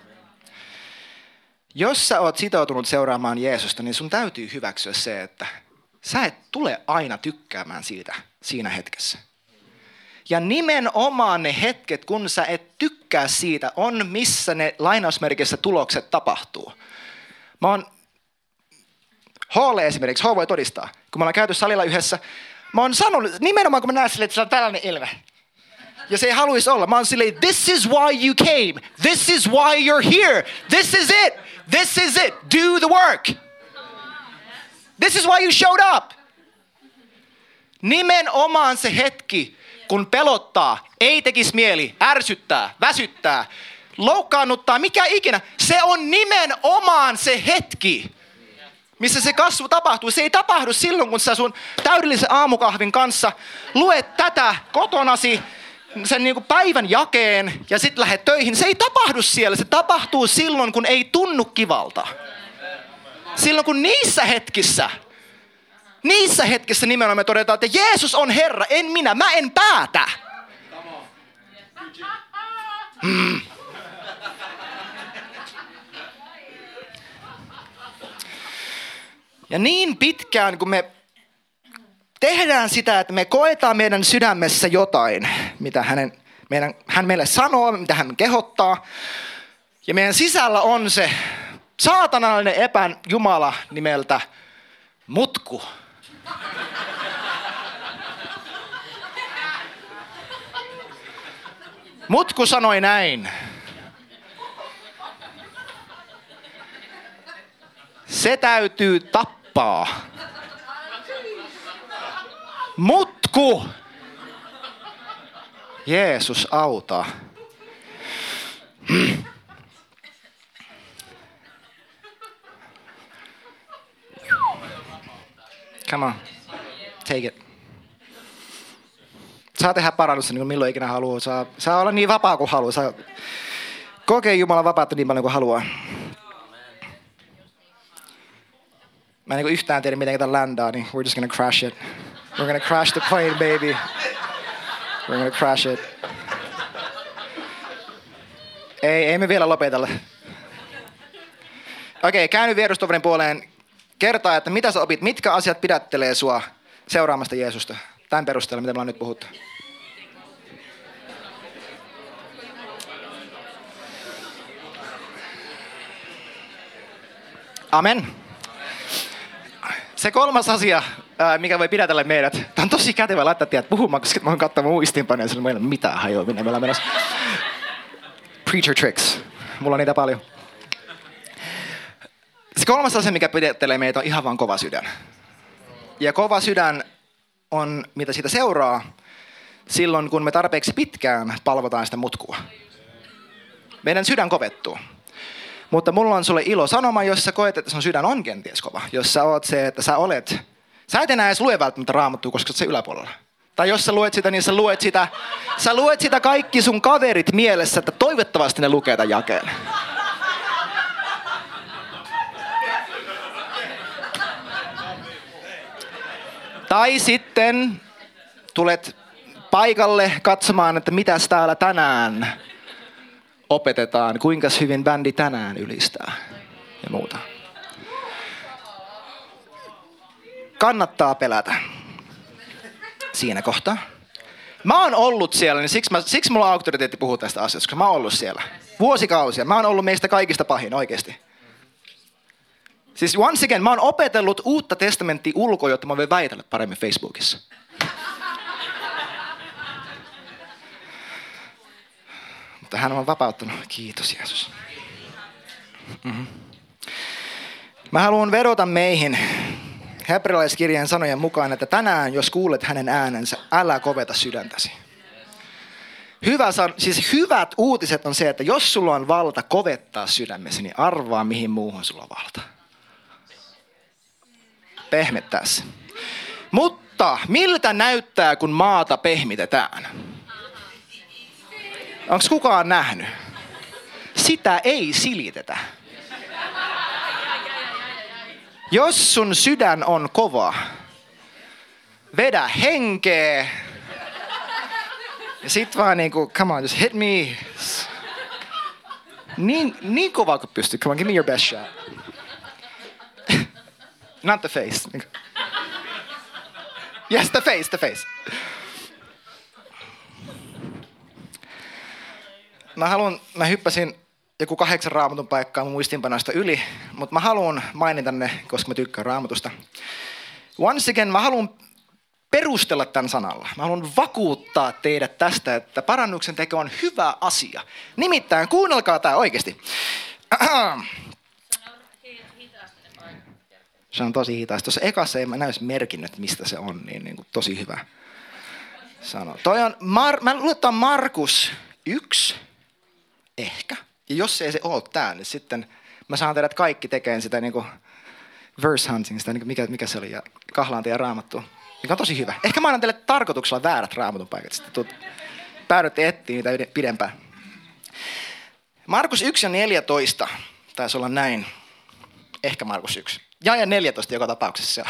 Jos sä oot sitoutunut seuraamaan Jeesusta, niin sun täytyy hyväksyä se, että sä et tule aina tykkäämään siitä siinä hetkessä. Ja nimenomaan ne hetket, kun sä et tykkää siitä, on missä ne lainausmerkissä tulokset tapahtuu. Mä oon Hoolle esimerkiksi, H voi todistaa, kun me ollaan käyty salilla yhdessä, mä oon sanonut, nimenomaan kun mä näen silleen, että sillä on tällainen ilme. Ja se ei haluaisi olla. Mä oon silleen, this is why you came. This is why you're here. This is it. This is it. Do the work. This is why you showed up. Nimenomaan se hetki, kun pelottaa, ei tekisi mieli, ärsyttää, väsyttää, loukkaannuttaa, mikä ikinä. Se on nimenomaan se hetki, missä se kasvu tapahtuu. Se ei tapahdu silloin, kun sä sun täydellisen aamukahvin kanssa luet tätä kotonasi, sen niin kuin päivän jakeen ja sitten lähdet töihin. Se ei tapahdu siellä. Se tapahtuu silloin, kun ei tunnu kivalta. Silloin, kun niissä hetkissä, niissä hetkissä nimenomaan me todetaan, että Jeesus on Herra, en minä. Mä en päätä. Mm. Ja niin pitkään, kun me tehdään sitä, että me koetaan meidän sydämessä jotain, mitä hänen, meidän, hän meille sanoo, mitä hän kehottaa. Ja meidän sisällä on se saatanallinen epäjumala nimeltä Mutku. Mutku sanoi näin. Se täytyy tappaa. Mutku! Jeesus auta. Come on. Take it. Saa tehdä parannusta niin kuin milloin ikinä haluaa. Saa, saa olla niin vapaa kuin haluaa. Saa kokea Jumalan vapautta niin paljon kuin haluaa. Mä en niin yhtään tiedä, miten tämä ländaa, niin we're just gonna crash it. We're gonna crash the plane, baby. We're gonna crash it. Ei, ei me vielä lopetella. Okei, okay, käy nyt vierustoverin puoleen. Kertaa, että mitä sä opit, mitkä asiat pidättelee sua seuraamasta Jeesusta. Tämän perusteella, mitä me ollaan nyt puhuttu. Amen. Se kolmas asia, mikä voi pidätellä meidät. Tämä on tosi kätevä laittaa tiedät puhumaan, koska mä voin katsoa mun muistiinpanoja ja sillä meillä on mitään hajoa, minne meillä on menossa. Preacher tricks. Mulla on niitä paljon. Se kolmas asia, mikä pidättelee meitä, on ihan vaan kova sydän. Ja kova sydän on, mitä siitä seuraa, silloin kun me tarpeeksi pitkään palvotaan sitä mutkua. Meidän sydän kovettuu. Mutta mulla on sulle ilo sanoma, jos sä koet, että sun sydän on kenties kova. Jos sä oot se, että sä olet, sä et enää edes lue välttämättä Raamattua, koska sä oot se yläpuolella. Tai jos sä luet sitä, niin sä luet sitä, sä luet sitä kaikki sun kaverit mielessä, että toivottavasti ne lukee tämän jakeen. Tai sitten tulet paikalle katsomaan, että mitäs täällä tänään opetetaan, kuinka hyvin bändi tänään ylistää ja muuta. Kannattaa pelätä siinä kohtaa. Mä oon ollut siellä, niin siksi, mä, siksi mulla on auktoriteetti puhua tästä asiasta, koska mä oon ollut siellä vuosikausia. Mä oon ollut meistä kaikista pahin oikeasti. Siis once again, mä oon opetellut uutta testamenttia ulkoa, jotta mä voin väitellä paremmin Facebookissa. Mutta hän on vapauttanut. Kiitos Jeesus. Mm-hmm. Mä haluan vedota meihin hebrealaiskirjeen sanojen mukaan, että tänään, jos kuulet hänen äänensä, älä koveta sydäntäsi. Hyvä, siis hyvät uutiset on se, että jos sulla on valta kovettaa sydämesi, niin arvaa mihin muuhun sulla on valta. Pehmettää se. Mutta miltä näyttää, kun maata pehmitetään? Onko kukaan nähnyt? Sitä ei silitetä. Jos sun sydän on kova, vedä henkeä. Ja sit vaan niinku, come on, just hit me. Niin, niin kova kuin pystyy. Come on, give me your best shot. Not the face. Yes, the face, the face. Mä haluan, mä hyppäsin joku kahdeksan raamatun paikkaa mun muistinpanoista yli, mutta mä haluan mainita ne, koska mä tykkään raamatusta. Once again, mä haluan perustella tämän sanalla. Mä haluan vakuuttaa teidät tästä, että parannuksen teko on hyvä asia. Nimittäin, kuunnelkaa tää oikeasti. Se on tosi hitaasti. Tuossa ekassa ei mä näys merkinnöt, mistä se on, niin, niin kuin tosi hyvä sano. Toi on, Mar- mä luulen, että on Markus yksi, ehkä. Ja jos ei se ole tää, niin sitten mä saan teidät kaikki tekemään sitä niin kuin verse hunting, sitä, niin kuin mikä, mikä se oli, ja kahlaan teidän raamattua. Mikä on tosi hyvä. Ehkä mä annan teille tarkoituksella väärät raamatun paikat. Sitten tuut, päädytte etsiä niitä pidempään. Markus yksi ja neljätoista. Taisi olla näin. Ehkä Markus yksi. Ja ja neljätoista joka tapauksessa.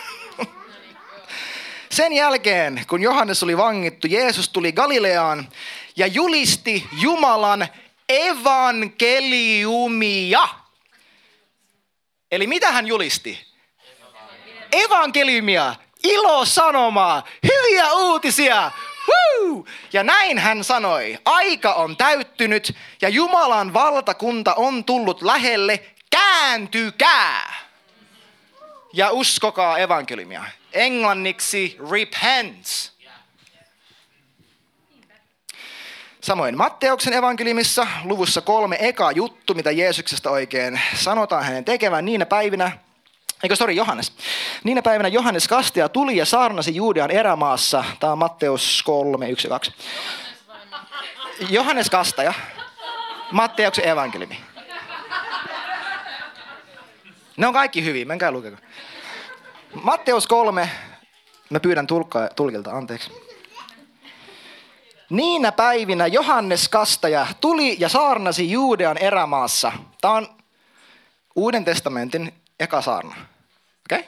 Sen jälkeen, kun Johannes oli vangittu, Jeesus tuli Galileaan ja julisti Jumalan evankeliumia. Eli mitä hän julisti? Evankeliumia. Ilosanomaa, hyviä uutisia. Woo! Ja näin hän sanoi, aika on täyttynyt ja Jumalan valtakunta on tullut lähelle, kääntykää ja uskokaa evankeliumia. Englanniksi repent. Samoin Matteuksen evankeliumissa luvussa kolme eka juttu, mitä Jeesuksesta oikein sanotaan hänen tekevän niinä päivinä. Eikö sori, Johannes. Niinä päivinä Johannes Kastaja tuli ja saarnasi Juudean erämaassa. Tämä on Matteus kolme, yksi ja kaksi. Johannes Kastaja. Matteuksen evankeliumi. Ne on kaikki hyviä, menkää lukeko. Matteus kolme. Mä pyydän tulkkaa, tulkilta, anteeksi. Niinä päivinä Johannes Kastaja tuli ja saarnasi Juudean erämaassa. Tämä on Uuden testamentin eka saarna. Okay?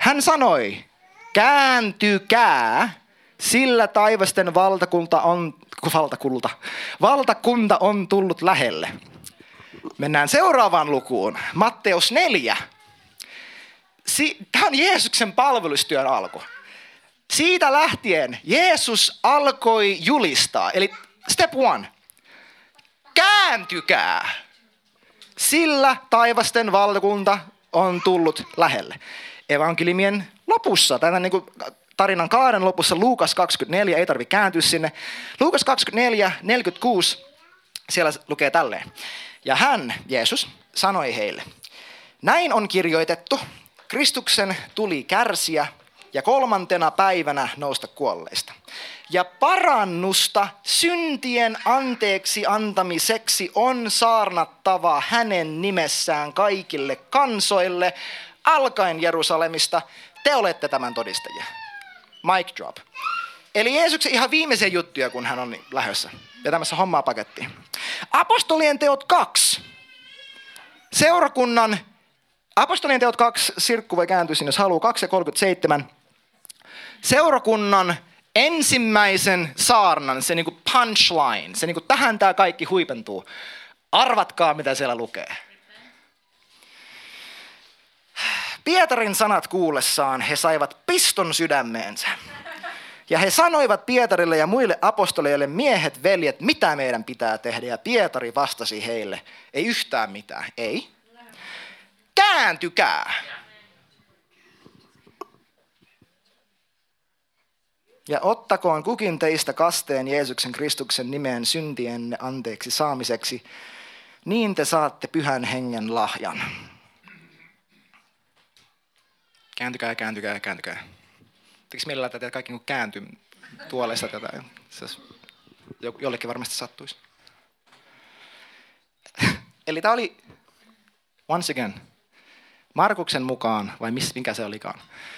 Hän sanoi, kääntykää, sillä taivasten valtakunta on, valtakunta, valtakunta on tullut lähelle. Mennään seuraavaan lukuun. Matteus neljä. Si- Tämä on Jeesuksen palvelustyön alku. Siitä lähtien Jeesus alkoi julistaa. Eli step one. Kääntykää, sillä taivasten valtakunta on tullut lähelle. Evankeliumien lopussa, tämän niin kuin tarinan kaaren lopussa, Luukas kaksikymmentäneljä, ei tarvitse kääntyä sinne. Luukas kaksikymmentäneljä, neljäkymmentäkuusi, siellä lukee tälleen. Ja hän, Jeesus, sanoi heille, näin on kirjoitettu, Kristuksen tuli kärsiä ja kolmantena päivänä nousta kuolleista. Ja parannusta syntien anteeksi antamiseksi on saarnattava hänen nimessään kaikille kansoille, alkaen Jerusalemista. Te olette tämän todistajia. Mic drop. Eli Jeesuksen ihan viimeisiä juttuja, kun hän on lähdössä. Ja tämässä hommaa pakettiin. Apostolien teot kaksi. Seurakunnan, apostolien teot kaksi, Sirkku voi kääntyä sinne, jos haluaa, kaksi ja kolmekymmentäseitsemän. Seurakunnan ensimmäisen saarnan, se niinku punchline, se niinku tähän tämä kaikki huipentuu. Arvatkaa, mitä siellä lukee. Pietarin sanat kuullessaan he saivat piston sydämeensä. Ja he sanoivat Pietarille ja muille apostoleille, miehet, veljet, mitä meidän pitää tehdä? Ja Pietari vastasi heille, ei yhtään mitään, ei. Kääntykää. Ja ottakoon kukin teistä kasteen Jeesuksen Kristuksen nimeen syntienne anteeksi saamiseksi, niin te saatte pyhän hengen lahjan. Kääntykää, kääntykää, kääntykää. Teekö mielellä, että teet kaikki kääntyy tuoleista tätä? Se jollekin varmasti sattuisi. Eli tämä oli, once again, Markuksen mukaan, vai miss, mikä se olikaan,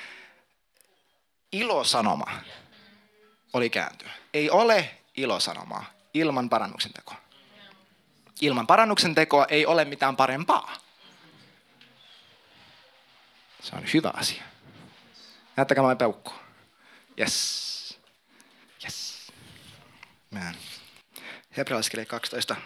ilosanoma oli kääntyä. Ei ole ilosanomaa ilman parannuksen tekoa. Ilman parannuksen tekoa ei ole mitään parempaa. Se on hyvä asia. Näyttäkää mä peukkua. Yes. Yes. Man. Hebrealaiskirja kaksitoista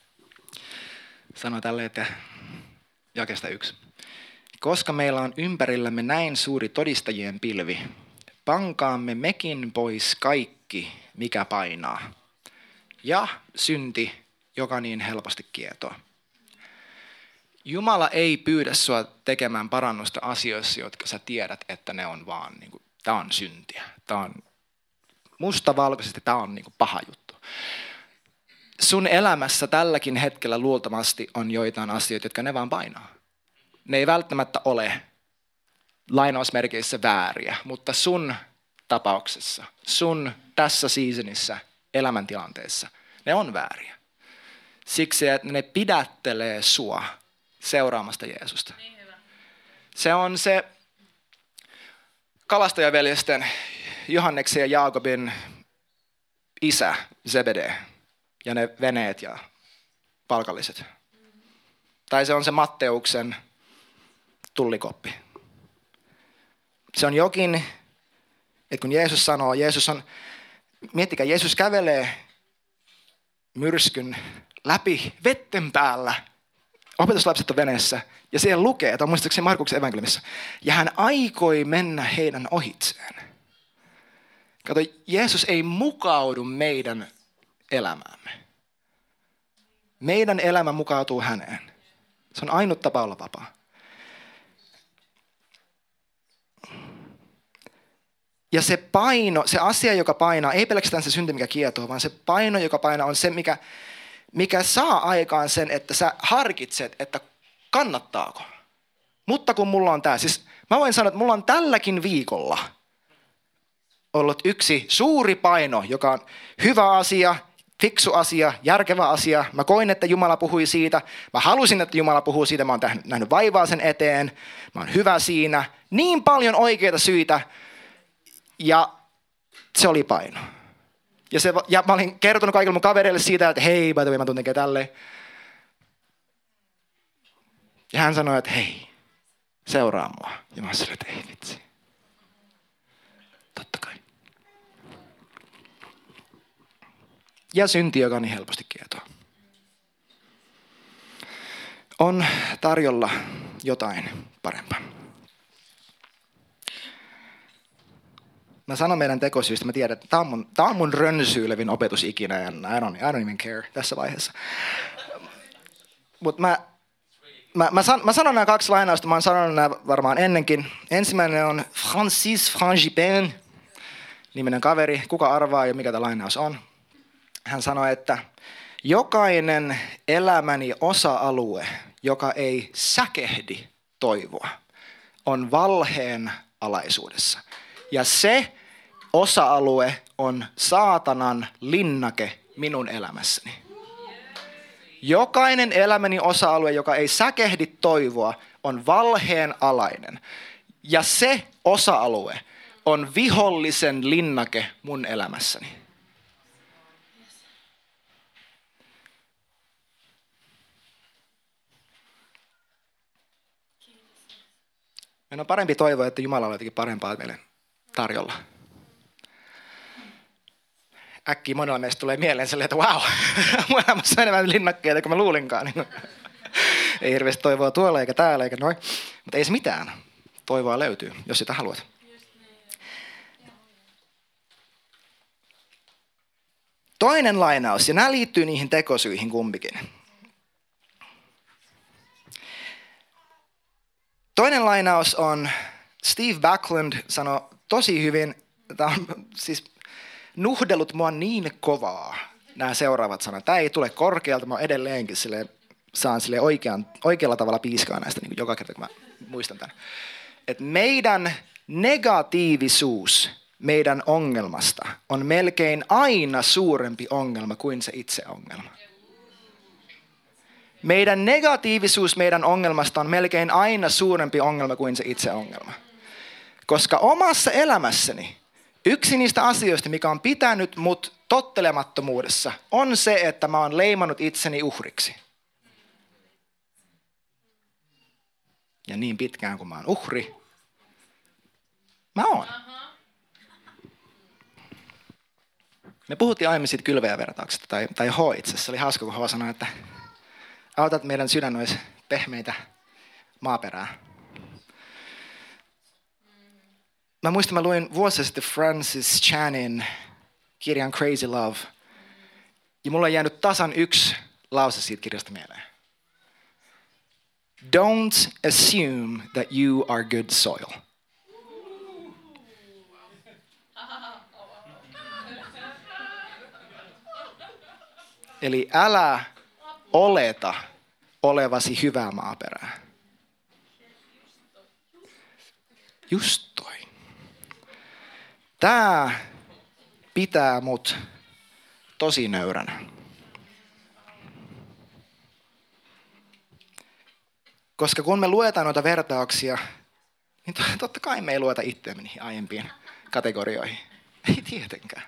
sanoo tälleen, että jakeesta yksi. Koska meillä on ympärillämme näin suuri todistajien pilvi, pankaamme mekin pois kaikki, mikä painaa. Ja synti, joka niin helposti kietoo. Jumala ei pyydä sua tekemään parannusta asioissa, jotka sä tiedät, että ne on vaan, niin kuin, tää on syntiä. Tää on mustavalkoisesti, tää on niin kuin paha juttu. Sun elämässä tälläkin hetkellä luultavasti on joitain asioita, jotka ne vaan painaa. Ne ei välttämättä ole lainausmerkeissä vääriä, mutta sun tapauksessa, sun tässä seasonissa, elämäntilanteessa, ne on vääriä. Siksi, että ne pidättelee sua seuraamasta Jeesusta. Niin hyvä. Se on se kalastajaveljesten Johanneksen ja Jaakobin isä Zebede ja ne veneet ja palkalliset. Tai se on se Matteuksen tullikoppi. Se on jokin, että kun Jeesus sanoo, Jeesus on, miettikää, Jeesus kävelee myrskyn läpi vetten päällä. Opetuslapset on veneessä ja siellä lukee, että on muistaakseni Markuksen evankeliumissa, ja hän aikoi mennä heidän ohitseen. Kato, Jeesus ei mukaudu meidän elämäämme. Meidän elämä mukautuu häneen. Se on ainut tapa olla vapaa. Ja se paino, se asia, joka painaa, ei pelkästään se synti, mikä kietoo, vaan se paino, joka painaa, on se, mikä, mikä saa aikaan sen, että sä harkitset, että kannattaako. Mutta kun mulla on tää, siis mä voin sanoa, että mulla on tälläkin viikolla ollut yksi suuri paino, joka on hyvä asia, fiksu asia, järkevä asia. Mä koin, että Jumala puhui siitä. Mä halusin, että Jumala puhuu siitä. Mä oon nähnyt vaivaa sen eteen. Mä oon hyvä siinä. Niin paljon oikeita syitä. Ja se oli paino. Ja, se, ja mä olin kertonut kaikille mun kavereille siitä, että hei, by the way, mä tuun tekemään tälleen. Ja hän sanoi, että hei, seuraa mua. Ja mä sanoin, että ei vitsi. ja synti, joka niin helposti kietoo. On tarjolla jotain parempaa. Mä sanon meidän tekosyistä, mä tiedän, että tää on mun, tää on mun rönsyilevin opetus ikinä, ja I don't, I don't even care tässä vaiheessa. Mutta mä, mä, mä, san, mä sanon nämä kaksi lainausta, mä oon sanonut nämä varmaan ennenkin. Ensimmäinen on Francis Frangipane, niminen kaveri. Kuka arvaa jo, mikä tämä lainaus on? Hän sanoi, että jokainen elämäni osa-alue, joka ei säkehdi toivoa, on valheen alaisuudessa. Ja se osa-alue on saatanan linnake minun elämässäni. Jokainen elämäni osa-alue, joka ei säkehdi toivoa, on valheen alainen. Ja se osa-alue on vihollisen linnake mun elämässäni. Meidän on parempi toivoa, että Jumala on jotenkin parempaa meille tarjolla. Äkkiä monella meistä tulee mieleen silleen, että vau, mun elämässä on enemmän linnakkeita kuin mä luulinkaan. Niin ei hirveästi toivoa tuolla eikä täällä eikä noin. Mutta ei se mitään. Toivoa löytyy, jos sitä haluat. Toinen lainaus, ja nämä liittyy niihin tekosyihin kumpikin. Toinen lainaus on, Steve Backlund sanoi tosi hyvin, tämä on siis nuhdellut mua niin kovaa, nämä seuraavat sanat. Tämä ei tule korkealta, mä edelleenkin silleen, saan silleen oikean, oikealla tavalla piiskaa näistä niin joka kerta, kun mä muistan tämän. Että meidän negatiivisuus meidän ongelmasta on melkein aina suurempi ongelma kuin se itse ongelma. Meidän negatiivisuus meidän ongelmasta on melkein aina suurempi ongelma kuin se itse ongelma. Koska omassa elämässäni yksi niistä asioista, mikä on pitänyt mut tottelemattomuudessa, on se, että mä oon leimannut itseni uhriksi. Ja niin pitkään kuin mä oon uhri, mä oon. Me puhuttiin aiemmin siitä kylväjävertauksesta, tai, tai H itse asiassa. Oli hauska, kun H sanoi, että autat meidän sydän olisi pehmeitä maaperää. Mä muistan, mä luin vuosi sitten Francis Chanin kirjan Crazy Love. Ja mulla on jäänyt tasan yksi lause siitä kirjasta mieleen. Don't assume that you are good soil. Eli älä oleta olevasi hyvää maaperää. Just toi. Tää pitää mut tosi nöyränä. Koska kun me luetaan noita vertauksia, niin totta kai me ei lueta itseämme niihin aiempiin kategorioihin. Ei tietenkään.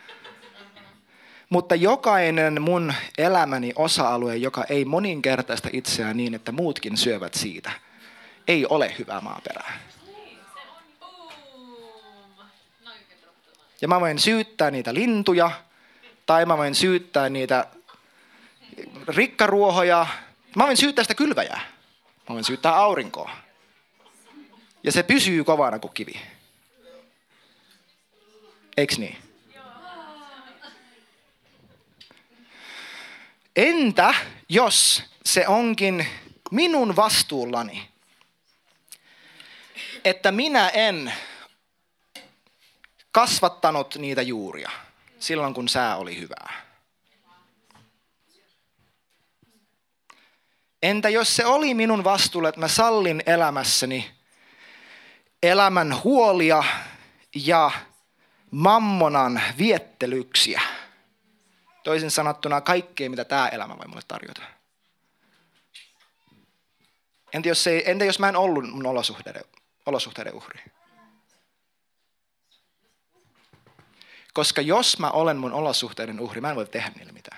Mutta jokainen mun elämäni osa-alue, joka ei moninkertaista itseään niin, että muutkin syövät siitä, ei ole hyvää maaperää. Ja mä voin syyttää niitä lintuja, tai mä voin syyttää niitä rikkaruohoja. Mä voin syyttää sitä kylväjää. Mä voin syyttää aurinkoa. Ja se pysyy kovana kuin kivi. Eiks niin? Entä jos se onkin minun vastuullani, että minä en kasvattanut niitä juuria silloin, kun sää oli hyvää? Entä jos se oli minun vastuulla, että mä sallin elämässäni elämän huolia ja mammonan viettelyksiä? Toisin sanottuna kaikkea, mitä tämä elämä voi mulle tarjota. Entä jos, ei, entä jos mä en ollut mun olosuhteiden, olosuhteiden uhri? Koska jos mä olen mun olosuhteiden uhri, mä en voi tehdä niille mitään.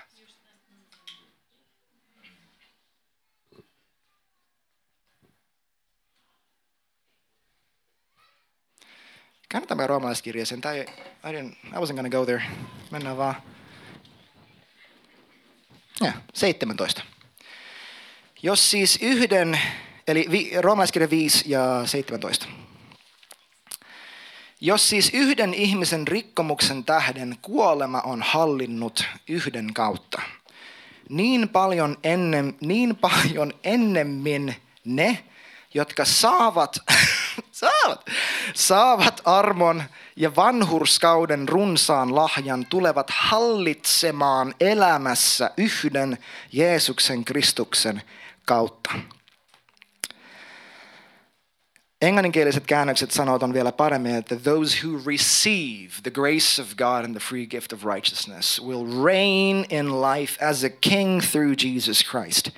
Käännetään me roomalaiskirjeeseen. I, I, I wasn't gonna go there. Mennään vaan. Ja, seitsemäntoista. Jos siis yhden, eli vi, roomalaiskirja viisi ja seitsemäntoista. Jos siis yhden ihmisen rikkomuksen tähden kuolema on hallinnut yhden kautta, niin paljon, ennem, niin paljon ennemmin ne, jotka saavat, saavat, saavat armon ja vanhurskauden runsaan lahjan, tulevat hallitsemaan elämässä yhden Jeesuksen Kristuksen kautta. Englanninkieliset käännökset sanovat on vielä paremmin, että those who receive the grace of God and the free gift of righteousness will reign in life as a king through Jesus Christ.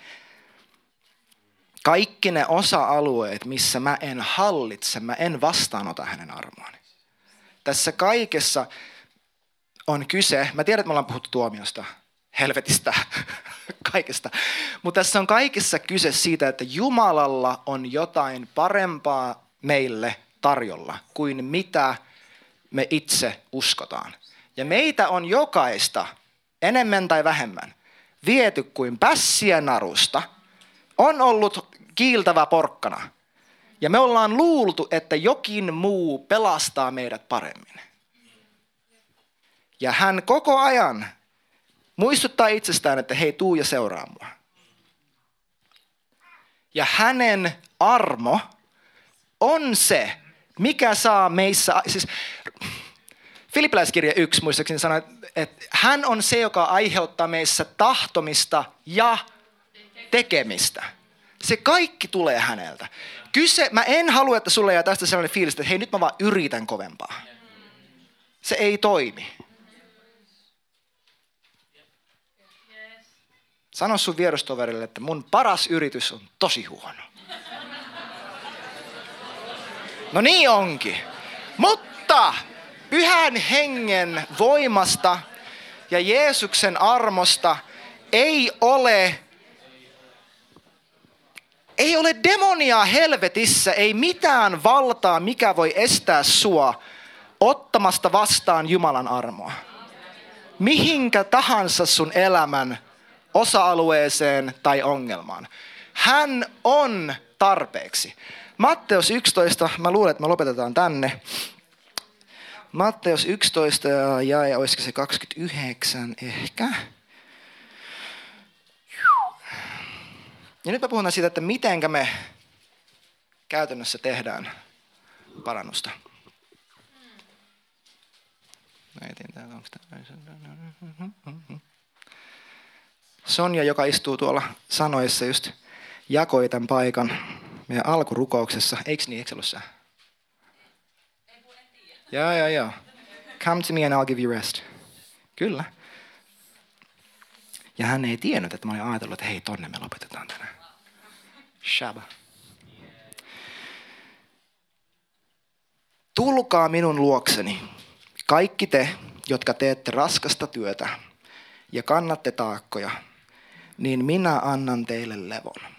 Kaikki ne osa-alueet, missä mä en hallitse, mä en vastaanota hänen armoaan. Tässä kaikessa on kyse, mä tiedän, että me ollaan puhuttu tuomiosta, helvetistä, kaikesta. Mutta tässä on kaikessa kyse siitä, että Jumalalla on jotain parempaa meille tarjolla kuin mitä me itse uskotaan. Ja meitä on jokaista enemmän tai vähemmän viety kuin pässiä narusta, on ollut kiiltävä porkkana. Ja me ollaan luultu, että jokin muu pelastaa meidät paremmin. Ja hän koko ajan muistuttaa itsestään, että hei, tuu ja seuraa mua. Ja hänen armo on se, mikä saa meissä, siis Filippiläiskirja yksi muistaakseni sanoi, että hän on se, joka aiheuttaa meissä tahtomista ja tekemistä. Se kaikki tulee häneltä. Kyse, mä en halua, että sulle jää tästä sellainen fiilis, että hei, nyt mä vaan yritän kovempaa. Se ei toimi. Sano sun vierustoverille, että mun paras yritys on tosi huono. No niin onkin. Mutta Pyhän Hengen voimasta ja Jeesuksen armosta ei ole, ei ole demonia helvetissä, ei mitään valtaa, mikä voi estää sua ottamasta vastaan Jumalan armoa. Mihinkä tahansa sun elämän osa-alueeseen tai ongelmaan. Hän on tarpeeksi. Matteus yksitoista, mä luulen, että me lopetetaan tänne. Matteus yksitoista ja jae, olisiko se kaksikymmentäyhdeksän ehkä. Ja nyt me puhutaan siitä, että mitenkä me käytännössä tehdään parannusta. Sonja, joka istuu tuolla sanoissa, just jakoi tämän paikan meidän alkurukouksessa. Eiks niin, eikö se ollut sä? Joo, joo, joo. Come to me and I'll give you rest. Kyllä. Ja hän ei tiennyt, että mä olin ajatellut, että hei, tonne me lopetetaan tänään. Shabba. Tulkaa minun luokseni, kaikki te, jotka teette raskasta työtä ja kannatte taakkoja, niin minä annan teille levon.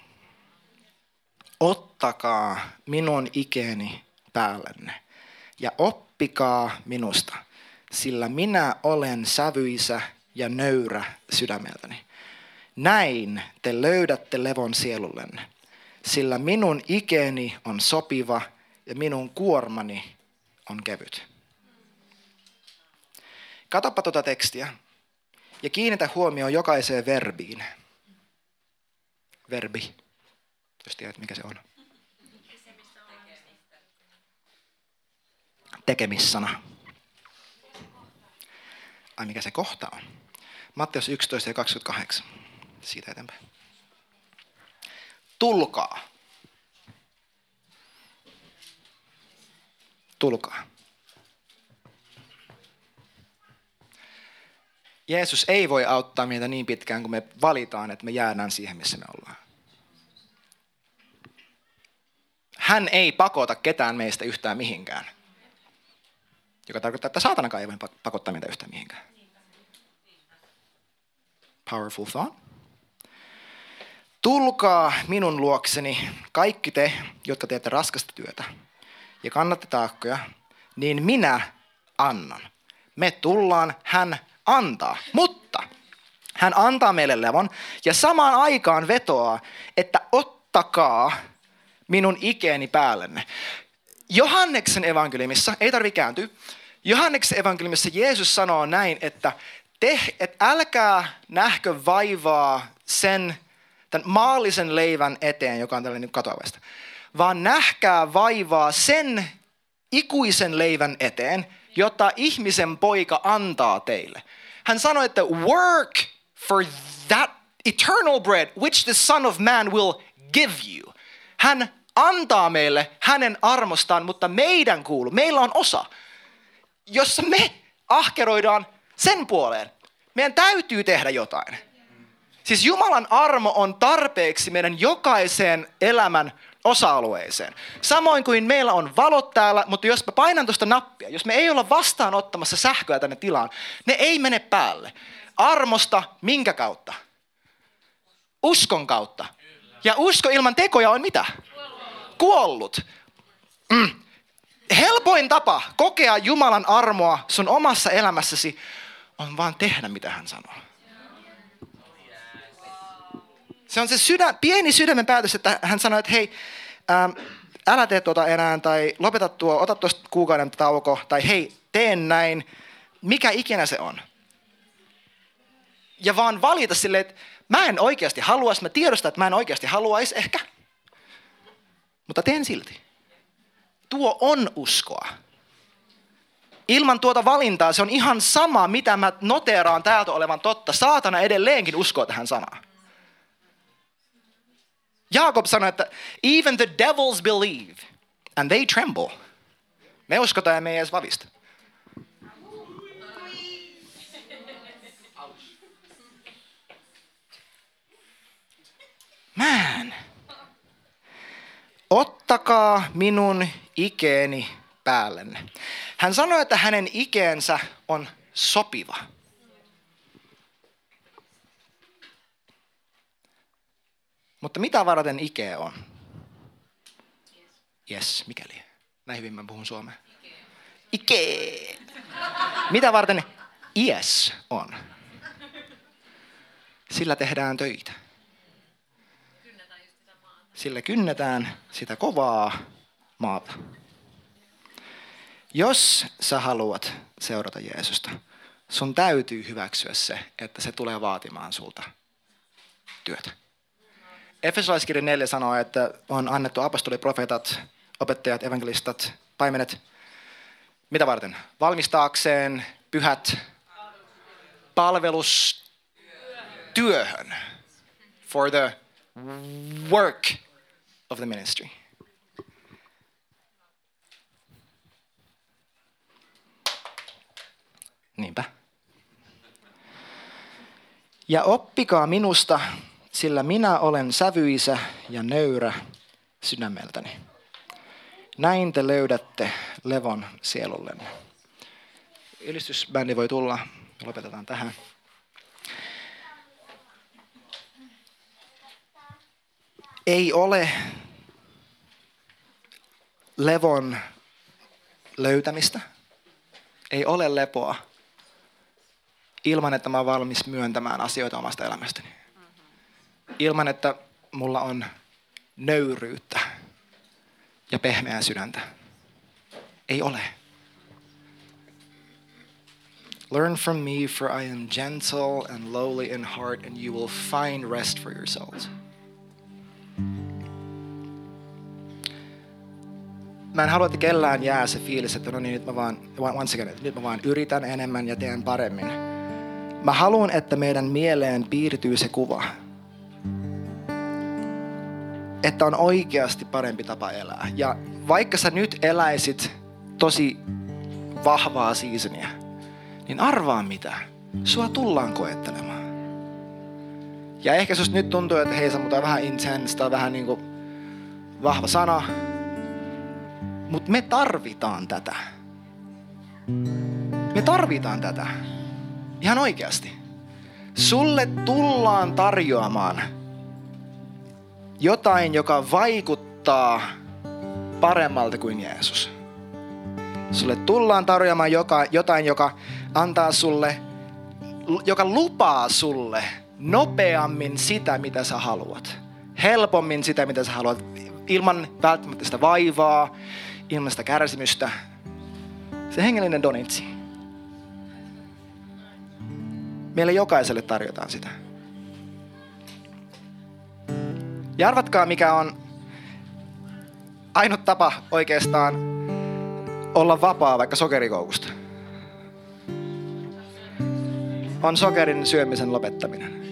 Ottakaa minun ikeeni päällenne ja oppikaa minusta, sillä minä olen sävyisä ja nöyrä sydämeltäni. Näin te löydätte levon sielullenne, sillä minun ikeeni on sopiva ja minun kuormani on kevyt. Katoppa tuota tekstiä ja kiinnitä huomioon jokaiseen verbiin. Verbi, jos tiedät mikä se on. Tekemissana. Ai mikä se kohta on? Matteus yksitoista ja kaksikymmentäkahdeksan. Siitä eteenpäin. Tulkaa. Tulkaa. Jeesus ei voi auttaa meitä niin pitkään, kun me valitaan, että me jäädään siihen, missä me ollaan. Hän ei pakota ketään meistä yhtään mihinkään. Joka tarkoittaa, että saatanakaan ei voi pakottaa meitä yhtään mihinkään. Powerful thought. Tulkaa minun luokseni, kaikki te, jotka teette raskasta työtä ja kannatte taakkoja, niin minä annan. Me tullaan, hän antaa. Mutta Hän antaa meille levon ja samaan aikaan vetoaa, että ottakaa minun ikeeni päällenne. Johanneksen evankeliumissa, ei tarvitse kääntyä, Johanneksen evankeliumissa Jeesus sanoo näin, että, te, että älkää nähkö vaivaa sen tämän maallisen leivän eteen, joka on tällainen katoavasta, vaan nähkää vaivaa sen ikuisen leivän eteen, jota ihmisen poika antaa teille. Hän sanoi, että work for that eternal bread which the Son of Man will give you. Hän antaa meille hänen armostaan, mutta meidän kuuluu, meillä on osa, jossa me ahkeroidaan sen puoleen. Meidän täytyy tehdä jotain. Siis Jumalan armo on tarpeeksi meidän jokaiseen elämän osa-alueeseen. Samoin kuin meillä on valot täällä, mutta jos mä painan tuosta nappia, jos me ei olla vastaanottamassa sähköä tänne tilaan, ne ei mene päälle. Armosta minkä kautta? Uskon kautta. Ja usko ilman tekoja on mitä? Kuollut. Mm. Helpoin tapa kokea Jumalan armoa sun omassa elämässäsi on vaan tehdä, mitä hän sanoo. Se on se sydä, pieni sydämen päätös, että hän sanoo, että hei, ähm, älä tee tuota enää, tai lopeta tuo, ota tuosta kuukauden tauko, tai hei, teen näin, mikä ikinä se on. Ja vaan valita silleen, että mä en oikeasti haluaisi, mä tiedostan, että mä en oikeasti haluaisi ehkä, mutta teen silti. Tuo on uskoa. Ilman tuota valintaa se on ihan sama, mitä mä noteeraan täältä olevan totta. Saatana edelleenkin uskoo tähän sanaan. Jaakob sanoi, että even the devils believe and they tremble. Me uskotaan ja me ei edes vavista. Man. Ottakaa minun ikeeni päällenne. Hän sanoi, että hänen ikeensä on sopiva. Mutta mitä varten ike on? Yes, mikäli. Näin hyvin mä puhun suomea. Ike. Mitä varten ies on? Sillä tehdään töitä. Sillä kynnetään sitä kovaa maata. Jos sä haluat seurata Jeesusta, sun täytyy hyväksyä se, että se tulee vaatimaan sulta työtä. Efesolaiskirja neljä sanoo, että on annettu apostolit, profeetat, opettajat, evankelistat, paimenet. Mitä varten? Valmistaakseen pyhät palvelustyöhön. For the work of the ministry. Niinpä. Ja oppikaa minusta, sillä minä olen sävyisä ja nöyrä sydämeltäni. Näin te löydätte levon sielullenne. Ylistysbändi voi tulla. Lopetetaan tähän. Ei ole levon löytämistä. Ei ole lepoa ilman, että mä oon valmis myöntämään asioita omasta elämästäni. Ilman, että mulla on nöyryyttä ja pehmeää sydäntä. Ei ole. Learn from me, for I am gentle and lowly in heart, and you will find rest for your souls. Mä en halua, että kellään jää se fiilis, että no niin, nyt mä vaan, once again, nyt mä vaan yritän enemmän ja teen paremmin. Mä haluan, että meidän mieleen piirtyy se kuva, että on oikeasti parempi tapa elää. Ja vaikka sä nyt eläisit tosi vahvaa seasonia, niin arvaa mitä, sua tullaan koettelemaan. Ja ehkä susta nyt tuntuu, että hei, sä on vähän intense, tai vähän niinku vahva sana. Mutta me tarvitaan tätä. Me tarvitaan tätä. Ihan oikeasti. Sulle tullaan tarjoamaan jotain, joka vaikuttaa paremmalta kuin Jeesus. Sulle tullaan tarjoamaan joka, jotain, joka antaa sulle joka lupaa sulle nopeammin sitä, mitä sä haluat. Helpommin sitä, mitä sä haluat. Ilman välttämättä sitä vaivaa, ilman sitä kärsimystä. Se hengellinen donitsi. Meille jokaiselle tarjotaan sitä. Ja arvatkaa, mikä on ainut tapa oikeastaan olla vapaa vaikka sokerikoukusta. On sokerin syömisen lopettaminen.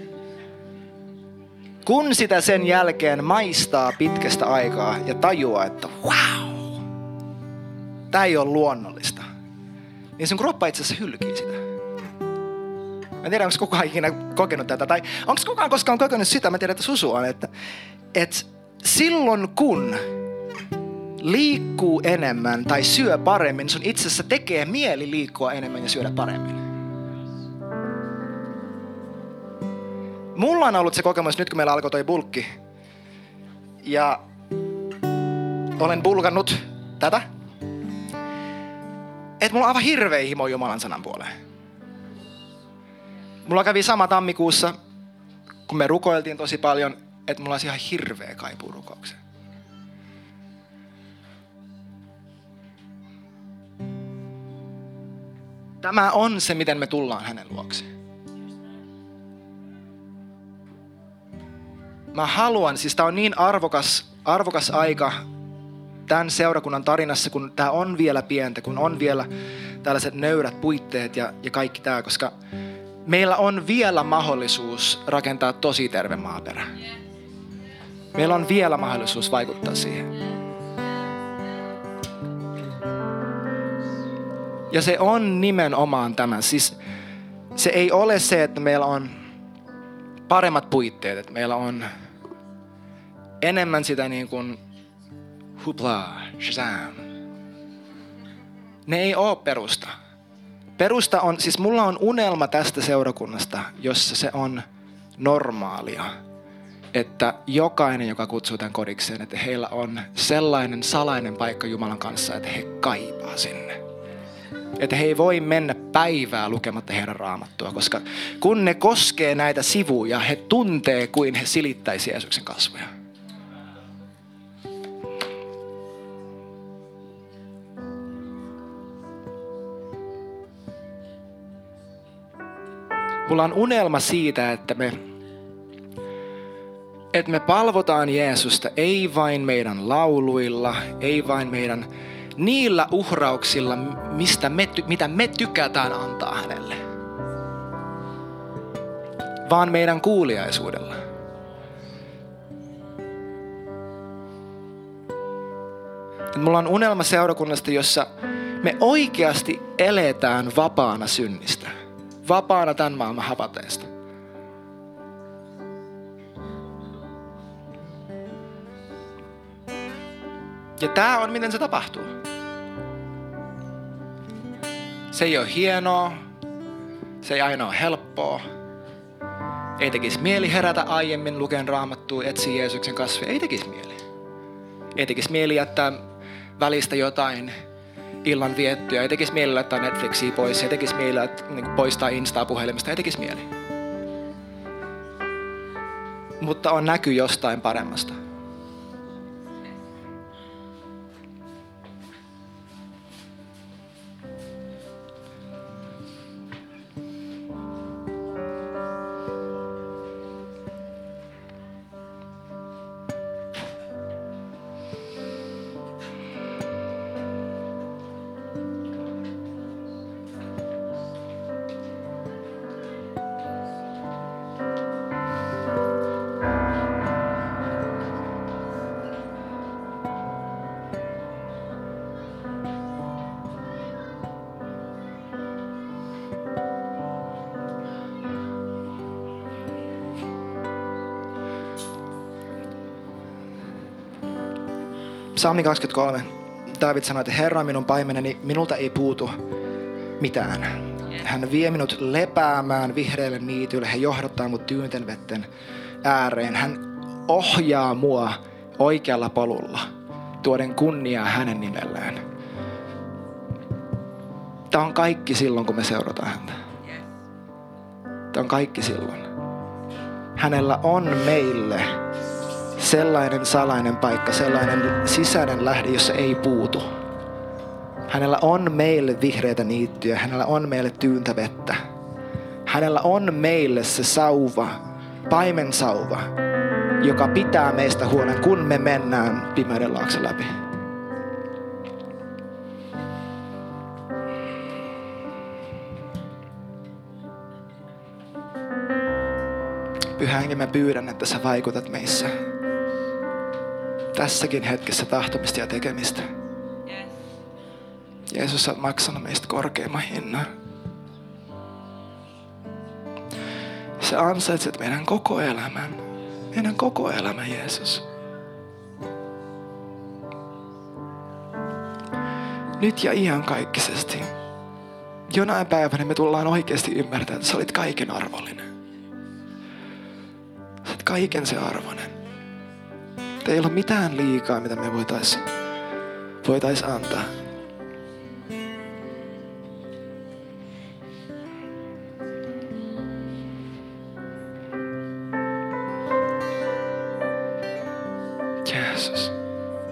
Kun sitä sen jälkeen maistaa pitkästä aikaa ja tajuaa, että wow, tää ei ole luonnollista, niin sun kroppa itse asiassa hylkii sitä. Mä en tiedä, onko kukaan ikinä kokenut tätä, tai onko kukaan koskaan kokenut sitä, mä tiedän, että Susu on, että, että silloin kun liikkuu enemmän tai syö paremmin, sun itse asiassa tekee mieli liikkua enemmän ja syödä paremmin. Mulla on ollut se kokemus nyt, kun meillä alkoi toi bulkki. Ja olen bulkannut tätä. Että mulla on aivan hirveä himo Jumalan sanan puoleen. Mulla kävi sama tammikuussa, kun me rukoiltiin tosi paljon, että mulla olisi ihan hirveä kaipuu rukoukseen. Tämä on se, miten me tullaan hänen luokseen. Mä haluan, siis tää on niin arvokas, arvokas aika tämän seurakunnan tarinassa, kun tää on vielä pientä, kun on vielä tällaiset nöyrät puitteet ja, ja kaikki tää, koska meillä on vielä mahdollisuus rakentaa tosi terve maaperä. Meillä on vielä mahdollisuus vaikuttaa siihen. Ja se on nimenomaan tämä. Siis se ei ole se, että meillä on paremmat puitteet, että meillä on enemmän sitä niin kuin huplaa, shazam. Ne ei ole perusta. Perusta on, siis mulla on unelma tästä seurakunnasta, jossa se on normaalia. Että jokainen, joka kutsuu tämän kodikseen, että heillä on sellainen salainen paikka Jumalan kanssa, että he kaipaa sinne. Että he ei voi mennä päivää lukematta heidän raamattua, koska kun ne koskee näitä sivuja, he tuntee kuin he silittäisi Jeesuksen kasvoja. Mulla on unelma siitä, että me, että me palvotaan Jeesusta ei vain meidän lauluilla, ei vain meidän niillä uhrauksilla, mistä me, mitä me tykätään antaa hänelle, vaan meidän kuuliaisuudella. Mulla on unelma seurakunnasta, jossa me oikeasti eletään vapaana synnistä, vapaana tämän maailman hapateesta. Ja tää on, miten se tapahtuu. Se ei ole hienoa, se ei aina ole helppoa. Ei tekisi mieli herätä aiemmin lukeen raamattua, etsiä Jeesuksen kasvoja. Ei tekisi mieli. Ei tekisi mieli jättää välistä jotain illan viettyä. Ei tekisi mieli laittaa Netflixiä pois. Ei tekisi mieli poistaa Instaa puhelimesta. Ei tekisi mieli. Mutta on näky jostain paremmasta. Psalmi kaksikymmentäkolme. Daavid sanoi, että Herra on minun paimeneni, minulta ei puutu mitään. Hän vie minut lepäämään vihreälle niitylle. Hän johdattaa mut tyynten vetten ääreen. Hän ohjaa mua oikealla polulla, tuoden kunniaa hänen nimellään. Tämä on kaikki silloin, kun me seurataan häntä. Tämä on kaikki silloin. Hänellä on meille sellainen salainen paikka, sellainen sisäinen lähde, jossa ei puutu. Hänellä on meille vihreitä niittyjä, hänellä on meille tyyntä vettä. Hänellä on meille se sauva, paimen sauva, joka pitää meistä huolen, kun me mennään pimeyden laakson läpi. Pyhä Henki, mä pyydän, että sä vaikutat meissä. Tässäkin hetkessä tahtomista ja tekemistä. Jeesus, sä oot maksanut meistä korkeimman hinnan. Sä ansaitset meidän koko elämän. Meidän koko elämä, Jeesus. Nyt ja iankaikkisesti. Jonain päivänä me tullaan oikeasti ymmärtämään, että sä olit kaiken arvollinen. Sä oot kaiken se arvoinen. Ei ole mitään liikaa, mitä me voitais, voitais antaa. Jeesus.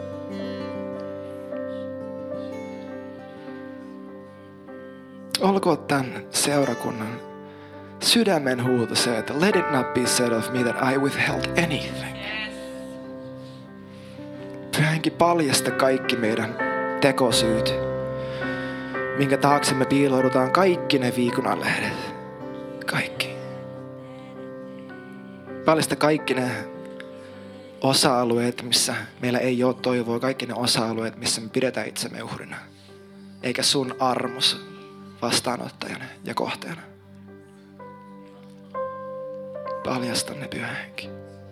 Olkoon tämän seurakunnan sydämen huuto se, että let it not be said of me that I withheld anything. Pyhä Henki, paljasta kaikki meidän tekosyyt, minkä taakse me piiloudutaan, kaikki ne viikunanlehdet. Kaikki. Paljasta kaikki ne osa-alueet, missä meillä ei ole toivoa, kaikki ne osa-alueet, missä me pidetään itsemme uhrina, eikä sun armos vastaanottajana ja kohteena. Paljasta ne, Pyhä Henki.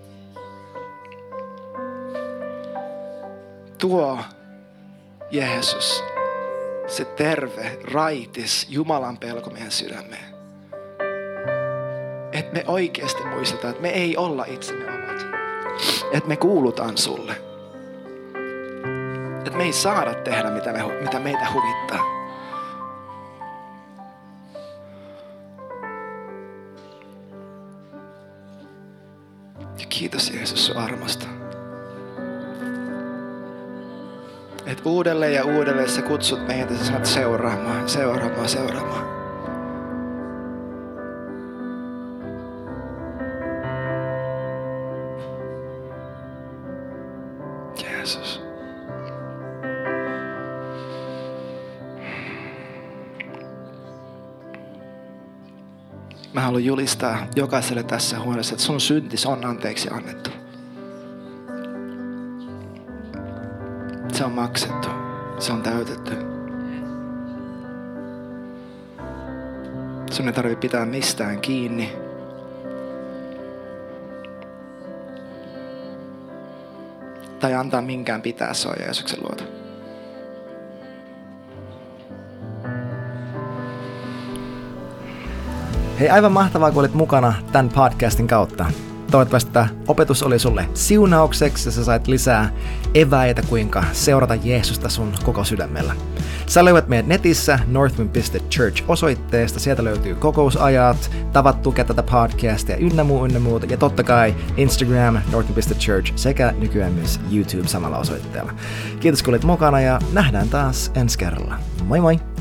Tuo, Jeesus, se terve, raitis Jumalan pelko meidän sydämeen. Että me oikeasti muistetaan, että me ei olla itsemme omat. Että me kuulutaan sulle. Että me ei saada tehdä, mitä, me, mitä meitä huvittaa. Ja kiitos Jeesus sun armosta. Että uudelleen ja uudelleen sä kutsut meitä ja sä sanot seuraamaan, seuraamaan, seuraamaan. Jeesus. Mä haluan julistaa jokaiselle tässä huoneessa, että sun syntis on anteeksi annettu. Se on maksettu. Se on täytetty. Sun ei tarvitse pitää mistään kiinni. Tai antaa minkään pitää sua Jeesuksen luota. Hei, aivan mahtavaa, kun olit mukana tämän podcastin kautta. Toivottavasti tämä opetus oli sulle siunaukseksi ja sä sait lisää eväitä, kuinka seurata Jeesusta sun koko sydämellä. Sä löydät meidät netissä northwind piste church osoitteesta. Sieltä löytyy kokousajat, tavat tukea tätä podcastia ynnä muu, ynnä muuta. Ja totta kai Instagram, northwind piste church sekä nykyään myös YouTube samalla osoitteella. Kiitos kun olit mukana ja nähdään taas ensi kerralla. Moi moi!